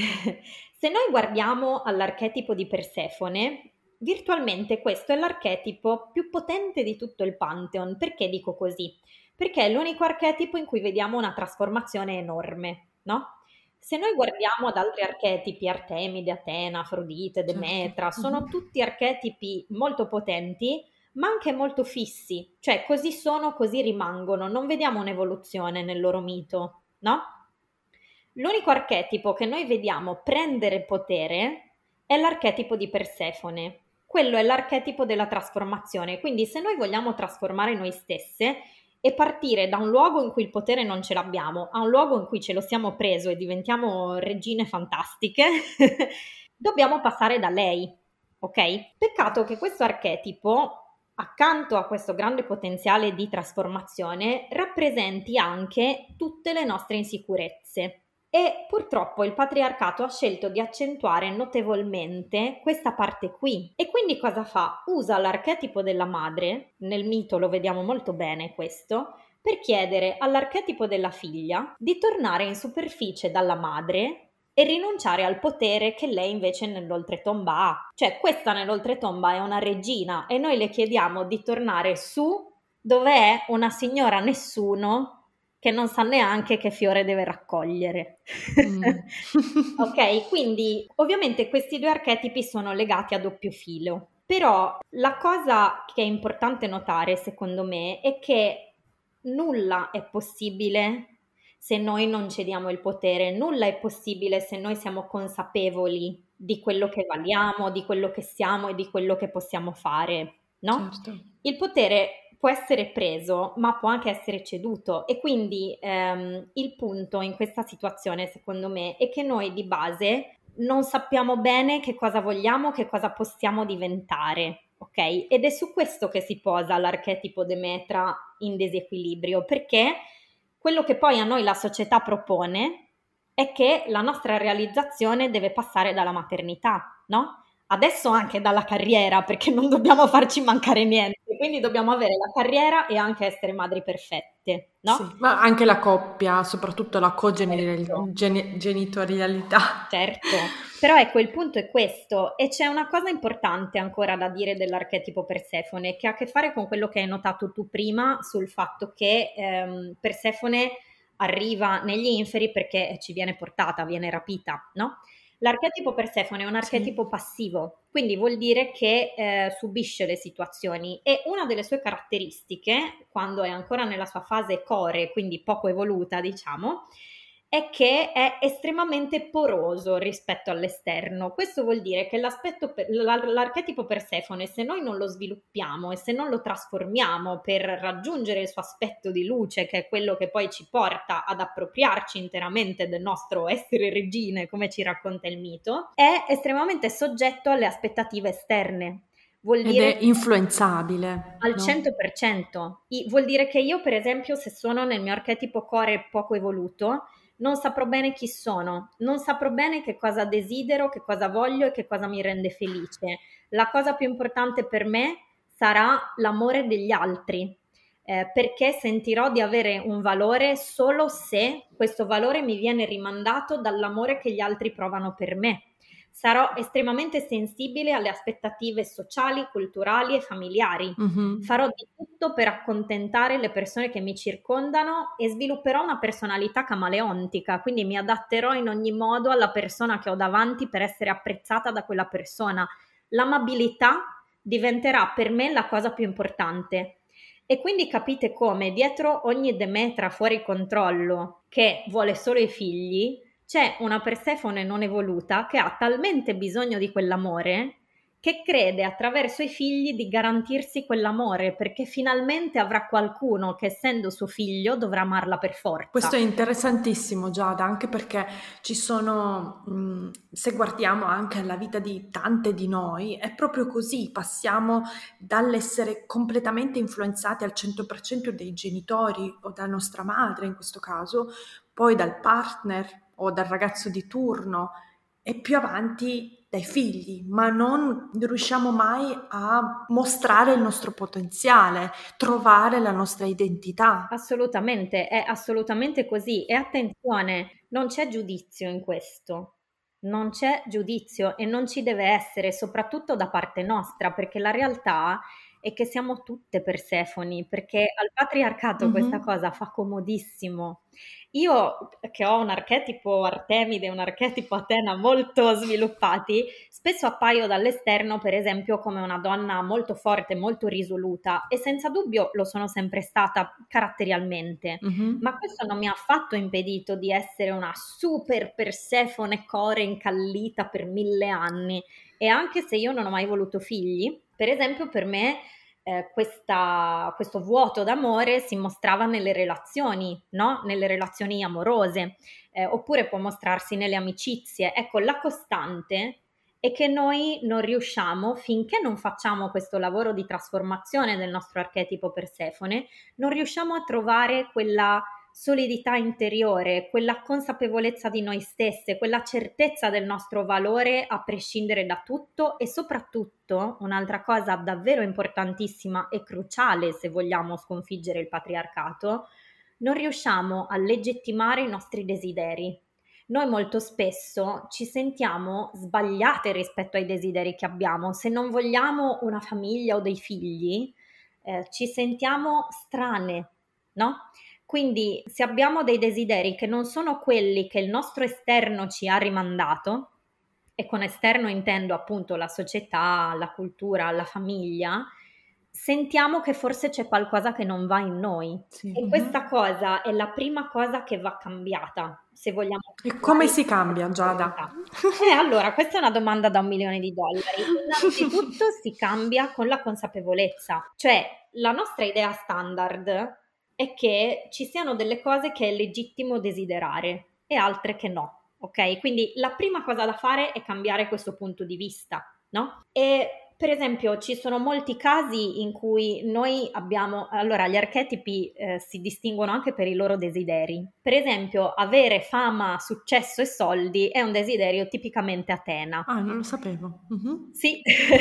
Se noi guardiamo all'archetipo di Persefone, virtualmente questo è l'archetipo più potente di tutto il Pantheon. Perché dico così? Perché è l'unico archetipo in cui vediamo una trasformazione enorme, no? Se noi guardiamo ad altri archetipi, Artemide, Atena, Afrodite, Certo. Demetra, sono Mhm. tutti archetipi molto potenti, ma anche molto fissi, cioè così sono, così rimangono, non vediamo un'evoluzione nel loro mito, no? L'unico archetipo che noi vediamo prendere potere è l'archetipo di Persefone. Quello è l'archetipo della trasformazione, quindi se noi vogliamo trasformare noi stesse e partire da un luogo in cui il potere non ce l'abbiamo a un luogo in cui ce lo siamo preso e diventiamo regine fantastiche, dobbiamo passare da lei, ok? Peccato che questo archetipo, accanto a questo grande potenziale di trasformazione, rappresenti anche tutte le nostre insicurezze. E purtroppo il patriarcato ha scelto di accentuare notevolmente questa parte qui. E quindi cosa fa? Usa l'archetipo della madre, nel mito lo vediamo molto bene questo, per chiedere all'archetipo della figlia di tornare in superficie dalla madre e rinunciare al potere che lei invece nell'oltretomba ha. Cioè questa nell'oltretomba è una regina e noi le chiediamo di tornare su dove è una signora nessuno che non sa neanche che fiore deve raccogliere. Mm. Ok, quindi ovviamente questi due archetipi sono legati a doppio filo, però la cosa che è importante notare, secondo me, è che nulla è possibile se noi non cediamo il potere, nulla è possibile se noi siamo consapevoli di quello che valiamo, di quello che siamo e di quello che possiamo fare, no? Certo. Il potere può essere preso, ma può anche essere ceduto e quindi ehm, il punto in questa situazione, secondo me, è che noi di base non sappiamo bene che cosa vogliamo, che cosa possiamo diventare, ok? Ed è su questo che si posa l'archetipo Demetra in disequilibrio, perché quello che poi a noi la società propone è che la nostra realizzazione deve passare dalla maternità, no? Adesso anche dalla carriera, perché non dobbiamo farci mancare niente, quindi dobbiamo avere la carriera e anche essere madri perfette, Sì, no? ma anche la coppia, soprattutto la Certo. cogenitorialità. Certo, però ecco il punto è questo e c'è una cosa importante ancora da dire dell'archetipo Persefone che ha a che fare con quello che hai notato tu prima sul fatto che ehm, Persefone arriva negli inferi perché ci viene portata, viene rapita, no? L'archetipo Persefone è un Sì, archetipo passivo, quindi vuol dire che eh, subisce le situazioni e una delle sue caratteristiche, quando è ancora nella sua fase core, quindi poco evoluta, diciamo, è che è estremamente poroso rispetto all'esterno. Questo vuol dire che l'aspetto per, l'ar- l'archetipo Persefone, se noi non lo sviluppiamo e se non lo trasformiamo per raggiungere il suo aspetto di luce, che è quello che poi ci porta ad appropriarci interamente del nostro essere regine, come ci racconta il mito, è estremamente soggetto alle aspettative esterne. Vuol ed dire è influenzabile, al no? cento per cento. I- vuol dire che io, per esempio, se sono nel mio archetipo core poco evoluto, non saprò bene chi sono, non saprò bene che cosa desidero, che cosa voglio e che cosa mi rende felice. La cosa più importante per me sarà l'amore degli altri, eh, perché sentirò di avere un valore solo se questo valore mi viene rimandato dall'amore che gli altri provano per me. Sarò estremamente sensibile alle aspettative sociali, culturali e familiari. Mhm. Farò di tutto per accontentare le persone che mi circondano e svilupperò una personalità camaleontica, quindi mi adatterò in ogni modo alla persona che ho davanti per essere apprezzata da quella persona. L'amabilità diventerà per me la cosa più importante. E quindi capite come dietro ogni Demetra fuori controllo che vuole solo i figli, c'è una Persefone non evoluta che ha talmente bisogno di quell'amore che crede attraverso i figli di garantirsi quell'amore perché finalmente avrà qualcuno che essendo suo figlio dovrà amarla per Questo forza. è interessantissimo, Giada, anche perché ci sono, mh, se guardiamo anche alla vita di tante di noi, è proprio così, passiamo dall'essere completamente influenzati al cento per cento dai genitori o da nostra madre in questo caso, poi dal partner o dal ragazzo di turno e più avanti dai figli, ma non riusciamo mai a mostrare il nostro potenziale, trovare la nostra identità. Assolutamente, è assolutamente così. E attenzione, non c'è giudizio in questo. Non c'è giudizio e non ci deve essere, soprattutto da parte nostra, perché la realtà è che siamo tutte Persefoni, perché al patriarcato questa Mhm. cosa fa comodissimo. Io che ho un archetipo Artemide e un archetipo Atena molto sviluppati, spesso appaio dall'esterno, per esempio, come una donna molto forte, molto risoluta e senza dubbio lo sono sempre stata caratterialmente, Mhm. ma questo non mi ha affatto impedito di essere una super Persefone core incallita per mille anni e anche se io non ho mai voluto figli, per esempio per me eh, questa- questo vuoto d'amore si mostrava nelle relazioni, no? Nelle relazioni amorose, eh, oppure può mostrarsi nelle amicizie. Ecco, la costante è che noi non riusciamo, finché non facciamo questo lavoro di trasformazione del nostro archetipo Persefone, non riusciamo a trovare quella solidità interiore, quella consapevolezza di noi stesse, quella certezza del nostro valore a prescindere da tutto e soprattutto un'altra cosa davvero importantissima e cruciale se vogliamo sconfiggere il patriarcato, non riusciamo a legittimare i nostri desideri. Noi molto spesso ci sentiamo sbagliate rispetto ai desideri che abbiamo. Se non vogliamo una famiglia o dei figli, eh, ci sentiamo strane, no? Quindi se abbiamo dei desideri che non sono quelli che il nostro esterno ci ha rimandato, e con esterno intendo appunto la società, la cultura, la famiglia, sentiamo che forse c'è qualcosa che non va in noi. Sì. E questa cosa è la prima cosa che va cambiata, se vogliamo. E come si cambia, Giada? Eh, allora, questa è una domanda da un milione di dollari. Innanzitutto si cambia con la consapevolezza, cioè la nostra idea standard è che ci siano delle cose che è legittimo desiderare e altre che no, ok? Quindi la prima cosa da fare è cambiare questo punto di vista, no? E per esempio ci sono molti casi in cui noi abbiamo, allora gli archetipi eh, si distinguono anche per i loro desideri. Per esempio avere fama, successo e soldi è un desiderio tipicamente Atena. Ah, non lo sapevo. Uh-huh. Sì,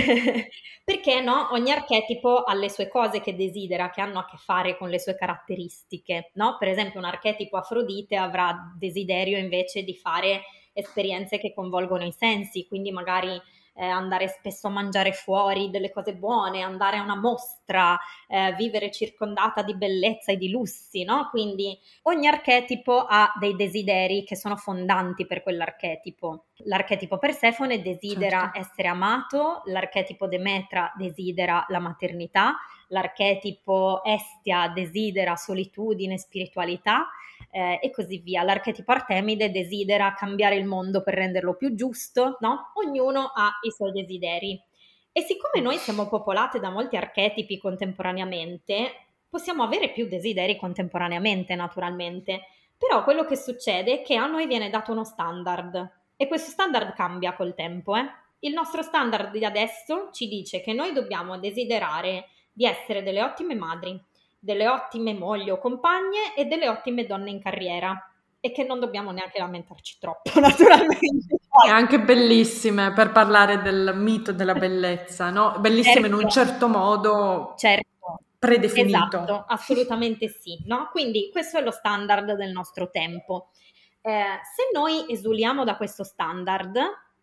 perché no? Ogni archetipo ha le sue cose che desidera, che hanno a che fare con le sue caratteristiche, no? Per esempio un archetipo Afrodite avrà desiderio invece di fare esperienze che coinvolgono i sensi, quindi magari Eh, andare spesso a mangiare fuori delle cose buone, andare a una mostra, eh, vivere circondata di bellezza e di lussi, no? Quindi ogni archetipo ha dei desideri che sono fondanti per quell'archetipo. L'archetipo Persefone desidera Certo. essere amato, l'archetipo Demetra desidera la maternità, l'archetipo Estia desidera solitudine, spiritualità, Eh, e così via. L'archetipo Artemide desidera cambiare il mondo per renderlo più giusto, no? Ognuno ha i suoi desideri. E siccome noi siamo popolate da molti archetipi contemporaneamente, possiamo avere più desideri contemporaneamente, naturalmente. Però quello che succede è che a noi viene dato uno standard e questo standard cambia col tempo, eh? Il nostro standard di adesso ci dice che noi dobbiamo desiderare di essere delle ottime madri, delle ottime mogli o compagne e delle ottime donne in carriera e che non dobbiamo neanche lamentarci troppo, naturalmente. E anche bellissime per parlare del mito della bellezza, no? Bellissime Certo. in un certo modo Certo. predefinito. Esatto, assolutamente sì, no? Quindi questo è lo standard del nostro tempo. Eh, se noi esuliamo da questo standard,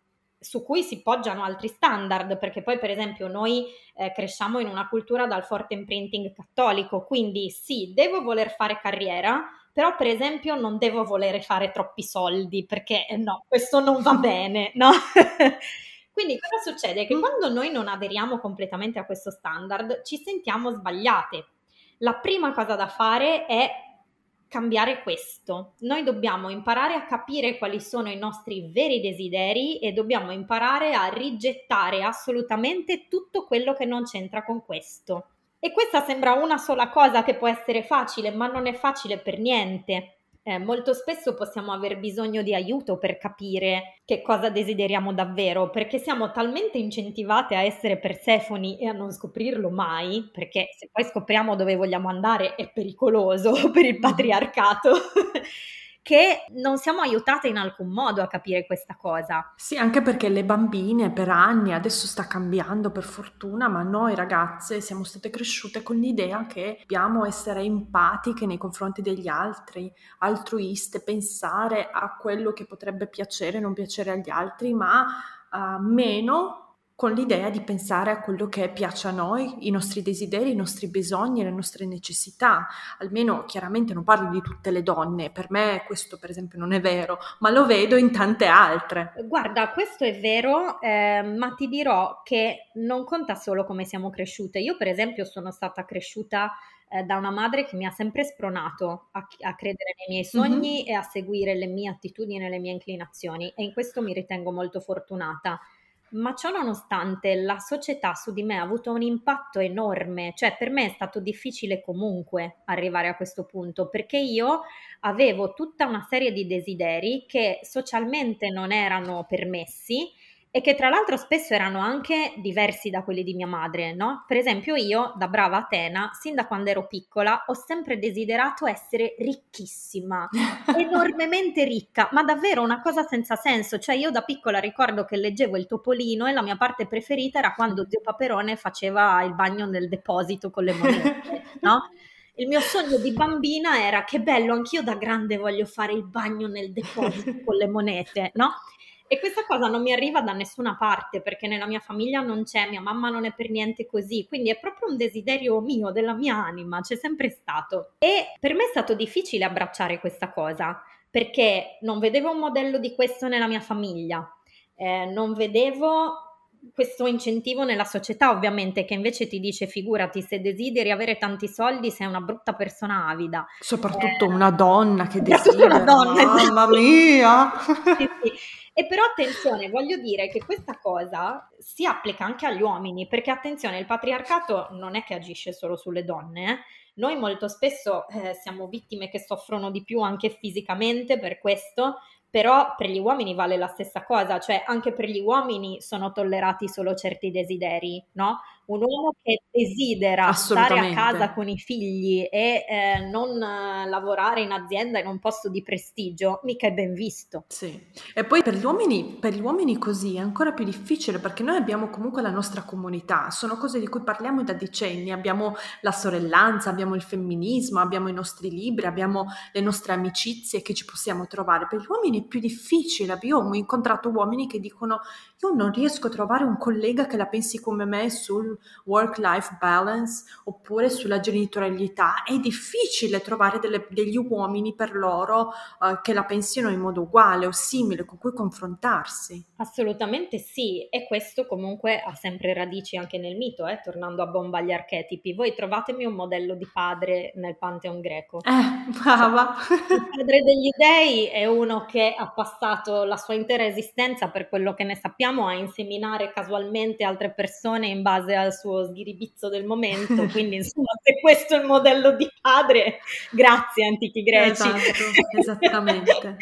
su cui si poggiano altri standard, perché poi per esempio noi eh, cresciamo in una cultura dal forte imprinting cattolico, quindi sì, devo voler fare carriera, però per esempio non devo volere fare troppi soldi, perché eh, no, questo non va bene, no? Quindi cosa succede? Che quando noi non aderiamo completamente a questo standard, ci sentiamo sbagliate. La prima cosa da fare è cambiare questo. Noi dobbiamo imparare a capire quali sono i nostri veri desideri e dobbiamo imparare a rigettare assolutamente tutto quello che non c'entra con questo. E questa sembra una sola cosa che può essere facile, ma non è facile per niente. Eh, molto spesso possiamo aver bisogno di aiuto per capire che cosa desideriamo davvero, perché siamo talmente incentivate a essere Persefoni e a non scoprirlo mai, perché se poi scopriamo dove vogliamo andare è pericoloso per il patriarcato, che non siamo aiutate in alcun modo a capire questa cosa. Sì, anche perché le bambine per anni, adesso sta cambiando per fortuna, ma noi ragazze siamo state cresciute con l'idea che dobbiamo essere empatiche nei confronti degli altri, altruiste, pensare a quello che potrebbe piacere o non piacere agli altri, ma uh, meno con l'idea di pensare a quello che piace a noi, i nostri desideri, i nostri bisogni, le nostre necessità. Almeno chiaramente non parlo di tutte le donne, per me questo per esempio non è vero, ma lo vedo in tante altre. Guarda, questo è vero, eh, ma ti dirò che non conta solo come siamo cresciute. Io per esempio sono stata cresciuta eh, da una madre che mi ha sempre spronato a, a credere nei miei sogni mm-hmm. e a seguire le mie attitudini e le mie inclinazioni, e in questo mi ritengo molto fortunata. Ma ciò nonostante la società su di me ha avuto un impatto enorme, cioè per me è stato difficile comunque arrivare a questo punto, perché io avevo tutta una serie di desideri che socialmente non erano permessi e che tra l'altro spesso erano anche diversi da quelli di mia madre, no? Per esempio io, da brava Atena, sin da quando ero piccola, ho sempre desiderato essere ricchissima, enormemente ricca, ma davvero una cosa senza senso. Cioè io da piccola ricordo che leggevo il Topolino e la mia parte preferita era quando zio Paperone faceva il bagno nel deposito con le monete, no? Il mio sogno di bambina era: che bello, anch'io da grande voglio fare il bagno nel deposito con le monete, no? E questa cosa non mi arriva da nessuna parte perché nella mia famiglia non c'è, mia mamma non è per niente così, quindi è proprio un desiderio mio, della mia anima, c'è sempre stato. E per me è stato difficile abbracciare questa cosa perché non vedevo un modello di questo nella mia famiglia, eh, non vedevo questo incentivo nella società, ovviamente, che invece ti dice figurati se desideri avere tanti soldi sei una brutta persona avida. Soprattutto Eh, una donna che soprattutto una desidera, donna, mamma esatto. mia! Sì, sì. E però attenzione, voglio dire che questa cosa si applica anche agli uomini, perché attenzione, il patriarcato non è che agisce solo sulle donne, eh. Noi molto spesso eh, siamo vittime che soffrono di più anche fisicamente per questo, però per gli uomini vale la stessa cosa, cioè anche per gli uomini sono tollerati solo certi desideri, no? Un uomo che desidera stare a casa Assolutamente. con i figli e eh, non eh, lavorare in azienda in un posto di prestigio, mica è ben visto. Sì, e poi per gli uomini, per gli uomini così è ancora più difficile perché noi abbiamo comunque la nostra comunità, sono cose di cui parliamo da decenni, abbiamo la sorellanza, abbiamo il femminismo, abbiamo i nostri libri, abbiamo le nostre amicizie che ci possiamo trovare. Per gli uomini è più difficile, io ho incontrato uomini che dicono io non riesco a trovare un collega che la pensi come me sul work-life balance oppure sulla genitorialità, è difficile trovare delle- degli uomini per loro eh, che la pensino in modo uguale o simile, con cui confrontarsi. Assolutamente sì, e questo comunque ha sempre radici anche nel mito, eh, tornando a bomba agli archetipi. Voi trovatemi un modello di padre nel Pantheon greco. Eh, Cioè, brava. il padre degli dei è uno che ha passato la sua intera esistenza, per quello che ne sappiamo, a inseminare casualmente altre persone in base al suo sghiribizzo del momento. Quindi, insomma, se questo è il modello di padre, grazie antichi greci. Esatto, esattamente.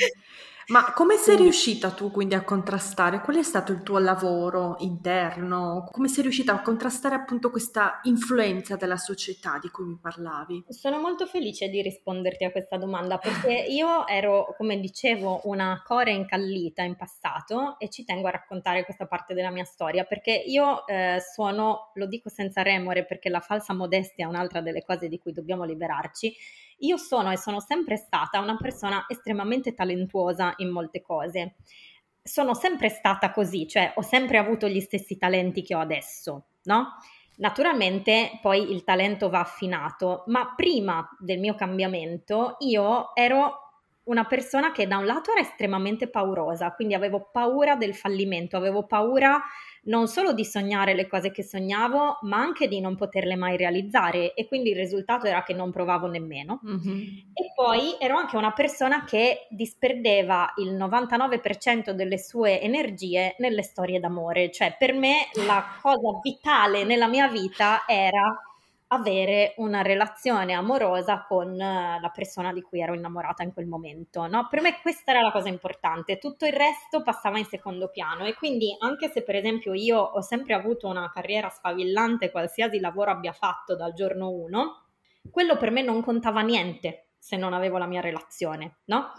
Ma come sei Quindi, riuscita tu quindi a contrastare? Qual è stato il tuo lavoro interno? Come sei riuscita a contrastare appunto questa influenza della società di cui mi parlavi? sono molto felice di risponderti a questa domanda perché io ero, come dicevo, una core incallita in passato e ci tengo a raccontare questa parte della mia storia perché io eh, sono, lo dico senza remore perché la falsa modestia è un'altra delle cose di cui dobbiamo liberarci, io sono e sono sempre stata una persona estremamente talentuosa in molte cose. Sono sempre stata così, cioè ho sempre avuto gli stessi talenti che ho adesso, no? Naturalmente poi il talento va affinato, ma prima del mio cambiamento io ero una persona che da un lato era estremamente paurosa, quindi avevo paura del fallimento, avevo paura non solo di sognare le cose che sognavo, ma anche di non poterle mai realizzare e quindi il risultato era che non provavo nemmeno. Mhm. E poi ero anche una persona che disperdeva il novantanove per cento delle sue energie nelle storie d'amore, cioè per me la cosa vitale nella mia vita era avere una relazione amorosa con eh, la persona di cui ero innamorata in quel momento, no? Per me questa era la cosa importante, tutto il resto passava in secondo piano e quindi anche se per esempio io ho sempre avuto una carriera sfavillante, qualsiasi lavoro abbia fatto dal giorno uno, quello per me non contava niente se non avevo la mia relazione, no?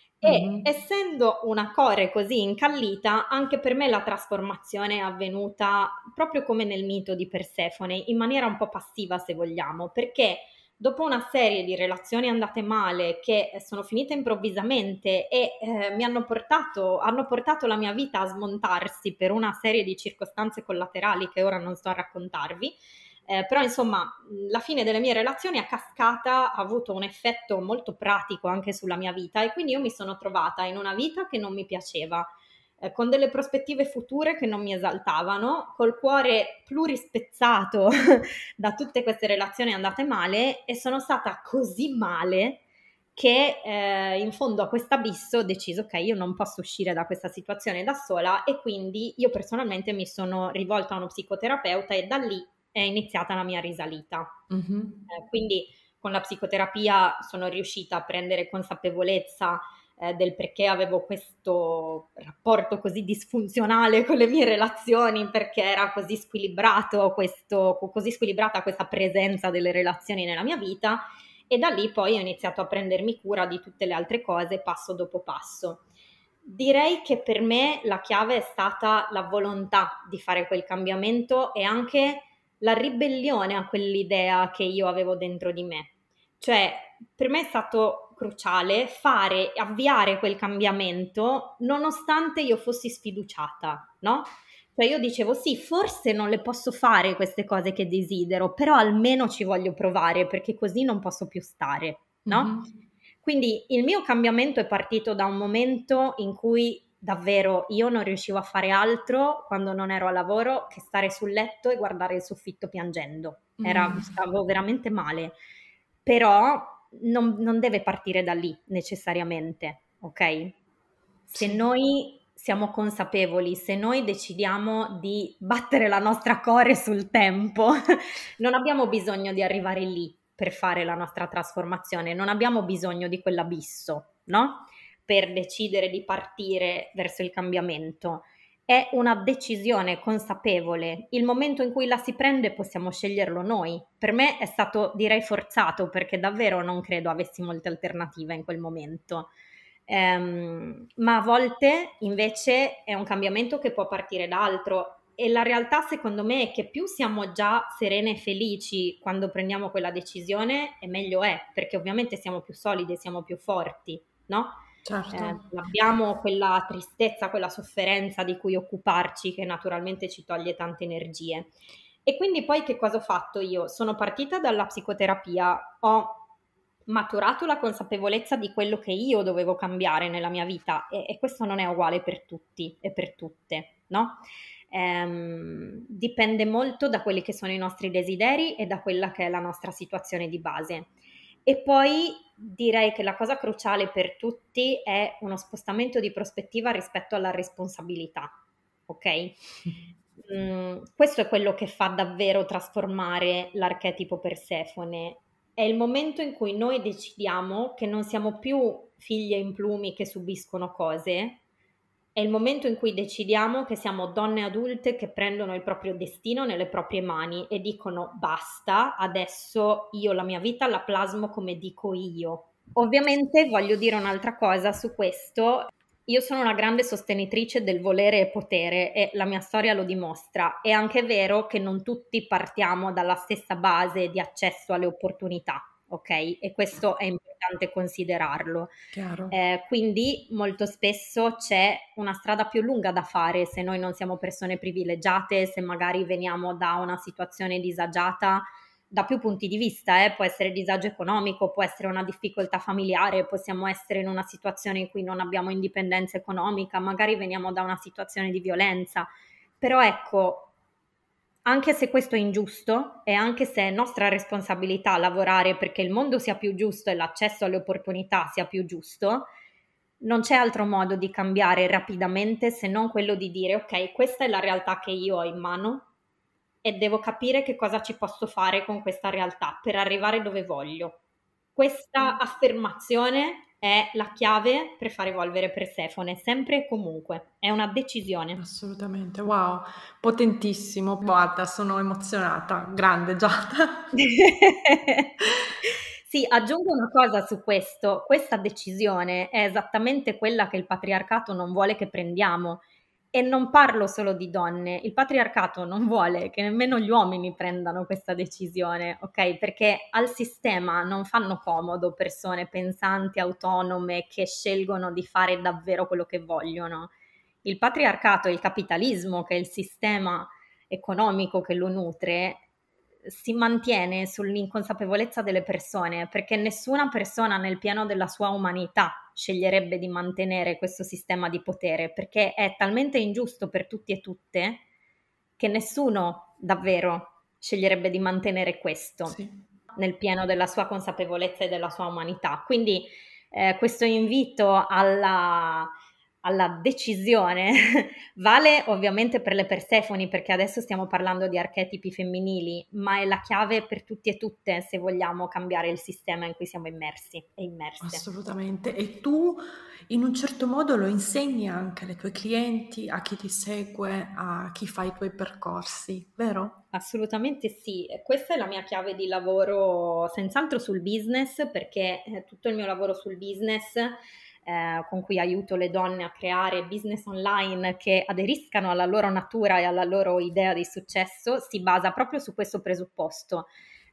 E Mhm. essendo una core così incallita, anche per me la trasformazione è avvenuta proprio come nel mito di Persefone, in maniera un po' passiva se vogliamo, perché dopo una serie di relazioni andate male che sono finite improvvisamente e eh, mi hanno portato, hanno portato la mia vita a smontarsi per una serie di circostanze collaterali che ora non sto a raccontarvi, eh, però insomma la fine delle mie relazioni a cascata ha avuto un effetto molto pratico anche sulla mia vita e quindi io mi sono trovata in una vita che non mi piaceva, eh, con delle prospettive future che non mi esaltavano, col cuore plurispezzato da tutte queste relazioni andate male e sono stata così male che eh, in fondo a questo abisso ho deciso che io non posso uscire da questa situazione da sola e quindi io personalmente mi sono rivolta a uno psicoterapeuta e da lì è iniziata la mia risalita. Mhm. Eh, quindi con la psicoterapia sono riuscita a prendere consapevolezza eh, del perché avevo questo rapporto così disfunzionale con le mie relazioni, perché era così squilibrato, questo, così squilibrata questa presenza delle relazioni nella mia vita e da lì poi ho iniziato a prendermi cura di tutte le altre cose passo dopo passo. Direi che per me la chiave è stata la volontà di fare quel cambiamento e anche la ribellione a quell'idea che io avevo dentro di me. Cioè, per me è stato cruciale fare, avviare quel cambiamento nonostante io fossi sfiduciata, no? Cioè io dicevo sì, forse non le posso fare queste cose che desidero, però almeno ci voglio provare perché così non posso più stare, no? Mhm. Quindi il mio cambiamento è partito da un momento in cui davvero io non riuscivo a fare altro quando non ero a lavoro che stare sul letto e guardare il soffitto piangendo. Era, Mm. stavo veramente male, però non, non deve partire da lì necessariamente, ok? Se Sì. noi siamo consapevoli, se noi decidiamo di battere la nostra core sul tempo, non abbiamo bisogno di arrivare lì per fare la nostra trasformazione, non abbiamo bisogno di quell'abisso, no? Per decidere di partire verso il cambiamento. È una decisione consapevole. Il momento in cui la si prende possiamo sceglierlo noi. Per me è stato, direi, forzato perché davvero non credo avessi molte alternative in quel momento. Ehm, ma a volte invece è un cambiamento che può partire da altro e la realtà secondo me è che più siamo già serene e felici quando prendiamo quella decisione e meglio è, perché ovviamente siamo più solide, siamo più forti, no? Certo. Eh, abbiamo quella tristezza, quella sofferenza di cui occuparci che naturalmente ci toglie tante energie. E quindi poi che cosa ho fatto io? Sono partita dalla psicoterapia, ho maturato la consapevolezza di quello che io dovevo cambiare nella mia vita e, e questo non è uguale per tutti e per tutte, no? Ehm, dipende molto da quelli che sono i nostri desideri e da quella che è la nostra situazione di base. E poi direi che la cosa cruciale per tutti è uno spostamento di prospettiva rispetto alla responsabilità, ok? Mm, questo è quello che fa davvero trasformare l'archetipo Persefone. È il momento in cui noi decidiamo che non siamo più figlie in plumi che subiscono cose, è il momento in cui decidiamo che siamo donne adulte che prendono il proprio destino nelle proprie mani e dicono basta, adesso io la mia vita la plasmo come dico io. Ovviamente voglio dire un'altra cosa su questo. Io sono una grande sostenitrice del volere e potere e la mia storia lo dimostra. È anche vero che non tutti partiamo dalla stessa base di accesso alle opportunità, ok? E questo è importante considerarlo. Chiaro. Eh, quindi molto spesso c'è una strada più lunga da fare se noi non siamo persone privilegiate, se magari veniamo da una situazione disagiata da più punti di vista, eh. Può essere disagio economico, può essere una difficoltà familiare, possiamo essere in una situazione in cui non abbiamo indipendenza economica, magari veniamo da una situazione di violenza, però ecco, anche se questo è ingiusto e anche se è nostra responsabilità lavorare perché il mondo sia più giusto e l'accesso alle opportunità sia più giusto, non c'è altro modo di cambiare rapidamente se non quello di dire ok, questa è la realtà che io ho in mano e devo capire che cosa ci posso fare con questa realtà per arrivare dove voglio. Questa affermazione è la chiave per far evolvere Persefone, sempre e comunque. È una decisione. Assolutamente, wow, potentissimo. Guarda, sono emozionata. Grande Giada. Sì, aggiungo una cosa su questo. Questa decisione è esattamente quella che il patriarcato non vuole che prendiamo. E non parlo solo di donne, il patriarcato non vuole che nemmeno gli uomini prendano questa decisione, ok? Perché al sistema non fanno comodo persone pensanti, autonome, che scelgono di fare davvero quello che vogliono. Il patriarcato e il capitalismo, che è il sistema economico che lo nutre, si mantiene sull'inconsapevolezza delle persone, perché nessuna persona nel pieno della sua umanità sceglierebbe di mantenere questo sistema di potere, perché è talmente ingiusto per tutti e tutte che nessuno davvero sceglierebbe di mantenere questo Sì. nel pieno della sua consapevolezza e della sua umanità. Quindi eh, questo invito alla alla decisione vale ovviamente per le Persefoni, perché adesso stiamo parlando di archetipi femminili, ma è la chiave per tutti e tutte se vogliamo cambiare il sistema in cui siamo immersi e immerse. Assolutamente. E tu in un certo modo lo insegni anche alle tue clienti, a chi ti segue, a chi fa i tuoi percorsi, vero? Assolutamente sì, questa è la mia chiave di lavoro senz'altro sul business, perché eh, tutto il mio lavoro sul business eh, con cui aiuto le donne a creare business online che aderiscano alla loro natura e alla loro idea di successo si basa proprio su questo presupposto.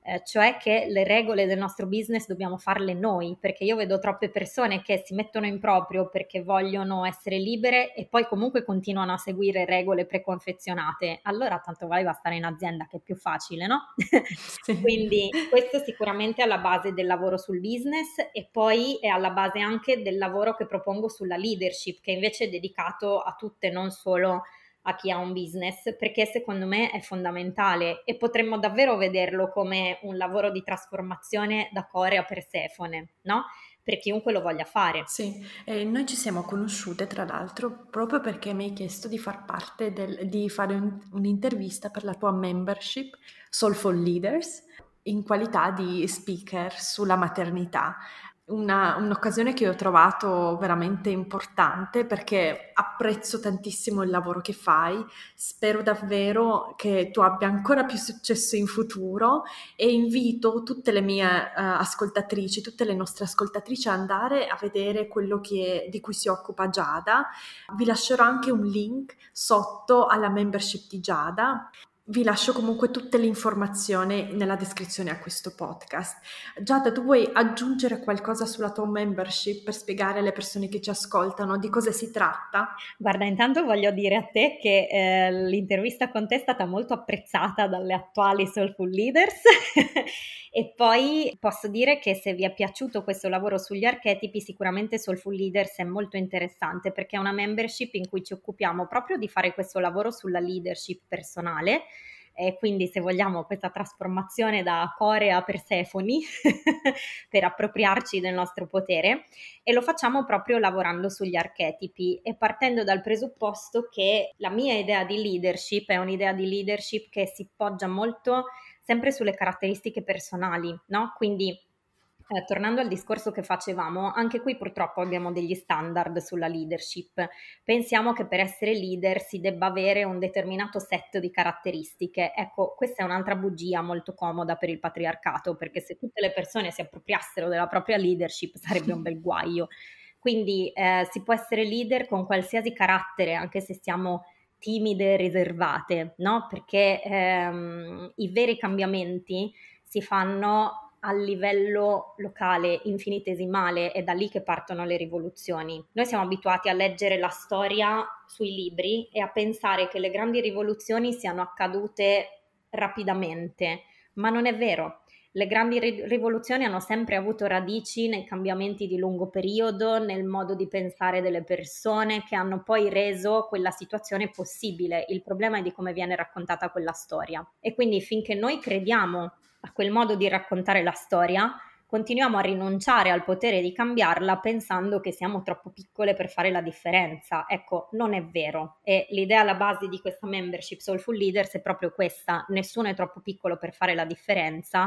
eh, cioè che le regole del nostro business dobbiamo farle noi, perché io vedo troppe persone che si mettono in proprio perché vogliono essere libere e poi comunque continuano a seguire regole preconfezionate. Allora tanto valeva stare in azienda, che è più facile, no? Sì. Quindi questo sicuramente è alla base del lavoro sul business e poi è alla base anche del lavoro che propongo sulla leadership, che invece è dedicato a tutte, non solo a chi ha un business, perché secondo me è fondamentale e potremmo davvero vederlo come un lavoro di trasformazione da Core a Persefone, no? Per chiunque lo voglia fare. Sì, e noi ci siamo conosciute tra l'altro proprio perché mi hai chiesto di far parte del, di fare un- un'intervista per la tua membership Soulful Leaders in qualità di speaker sulla maternità. Una- un'occasione che ho trovato veramente importante perché apprezzo tantissimo il lavoro che fai, spero davvero che tu abbia ancora più successo in futuro e invito tutte le mie eh, ascoltatrici, tutte le nostre ascoltatrici ad andare a vedere quello che, di cui si occupa Giada. Vi lascerò anche un link sotto alla membership di Giada. Vi lascio comunque tutte le informazioni nella descrizione a questo podcast. Giada, tu vuoi aggiungere qualcosa sulla tua membership per spiegare alle persone che ci ascoltano di cosa si tratta? Guarda, intanto voglio dire a te che eh, l'intervista con te è stata molto apprezzata dalle attuali Soulful Leaders e poi posso dire che se vi è piaciuto questo lavoro sugli archetipi, sicuramente Soulful Leaders è molto interessante perché è una membership in cui ci occupiamo proprio di fare questo lavoro sulla leadership personale. E quindi se vogliamo questa trasformazione da Core a Persefoni per appropriarci del nostro potere e lo facciamo proprio lavorando sugli archetipi e partendo dal presupposto che la mia idea di leadership è un'idea di leadership che si poggia molto sempre sulle caratteristiche personali, no? Quindi eh, tornando al discorso che facevamo, anche qui purtroppo abbiamo degli standard sulla leadership. Pensiamo che per essere leader si debba avere un determinato set di caratteristiche. Ecco, questa è un'altra bugia molto comoda per il patriarcato, perché se tutte le persone si appropriassero della propria leadership sarebbe un bel guaio. Quindi eh, si può essere leader con qualsiasi carattere, anche se siamo timide e riservate, no? Perché ehm, i veri cambiamenti si fanno a livello locale, infinitesimale, è da lì che partono le rivoluzioni. Noi siamo abituati a leggere la storia sui libri e a pensare che le grandi rivoluzioni siano accadute rapidamente, ma non è vero. Le grandi ri- rivoluzioni hanno sempre avuto radici nei cambiamenti di lungo periodo, nel modo di pensare delle persone che hanno poi reso quella situazione possibile. Il problema è di come viene raccontata quella storia. E quindi finché noi crediamo a quel modo di raccontare la storia, continuiamo a rinunciare al potere di cambiarla pensando che siamo troppo piccole per fare la differenza. Ecco, non è vero. E l'idea alla base di questa membership Soulful Leaders è proprio questa: nessuno è troppo piccolo per fare la differenza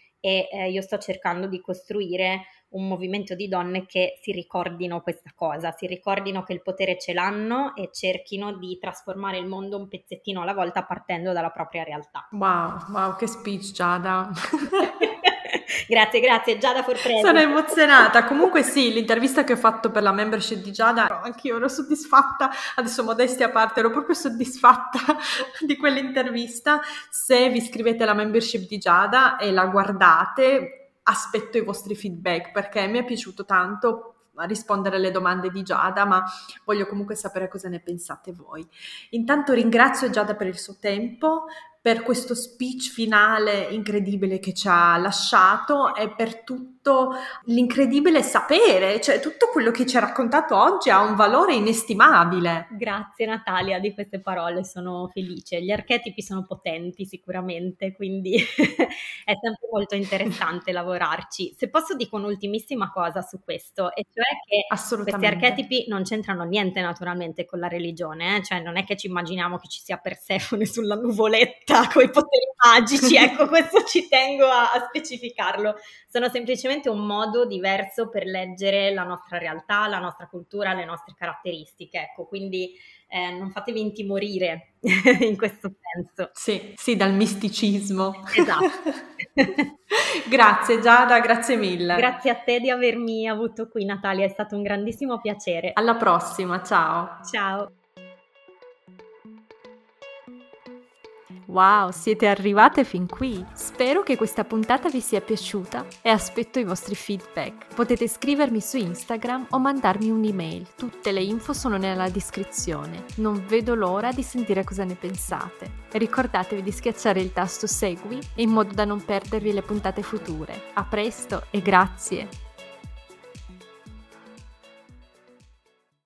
e eh, io sto cercando di costruire un movimento di donne che si ricordino questa cosa, si ricordino che il potere ce l'hanno e cerchino di trasformare il mondo un pezzettino alla volta partendo dalla propria realtà. Wow, wow, che speech, Giada. Grazie, grazie, Giada for Sono president. emozionata. Comunque sì, l'intervista che ho fatto per la membership di Giada, anche io ero soddisfatta, adesso modestia a parte, ero proprio soddisfatta di quell'intervista. Se vi iscrivete alla membership di Giada e la guardate, aspetto i vostri feedback perché mi è piaciuto tanto rispondere alle domande di Giada, ma voglio comunque sapere cosa ne pensate voi. Intanto ringrazio Giada per il suo tempo, per questo speech finale incredibile che ci ha lasciato e per tutto l'incredibile sapere, cioè tutto quello che ci ha raccontato oggi ha un valore inestimabile. Grazie Natalia di queste parole, sono felice. Gli archetipi sono potenti sicuramente, quindi è sempre molto interessante lavorarci. Se posso dico un'ultimissima cosa su questo, e cioè che questi Assolutamente. archetipi non c'entrano niente naturalmente con la religione, eh? Cioè non è che ci immaginiamo che ci sia Persefone sulla nuvoletta con i poteri magici, ecco, questo ci tengo a, a specificarlo. Sono semplicemente un modo diverso per leggere la nostra realtà, la nostra cultura, le nostre caratteristiche, ecco, quindi eh, non fatevi intimorire in questo senso. Sì, sì, dal misticismo. Esatto. Grazie Giada, grazie mille. Grazie a te di avermi avuto qui, Natalia, è stato un grandissimo piacere. Alla prossima, ciao. Ciao. Wow, siete arrivate fin qui! Spero che questa puntata vi sia piaciuta e aspetto i vostri feedback. Potete scrivermi su Instagram o mandarmi un'email. Tutte le info sono nella descrizione. Non vedo l'ora di sentire cosa ne pensate. Ricordatevi di schiacciare il tasto segui in modo da non perdervi le puntate future. A presto e grazie!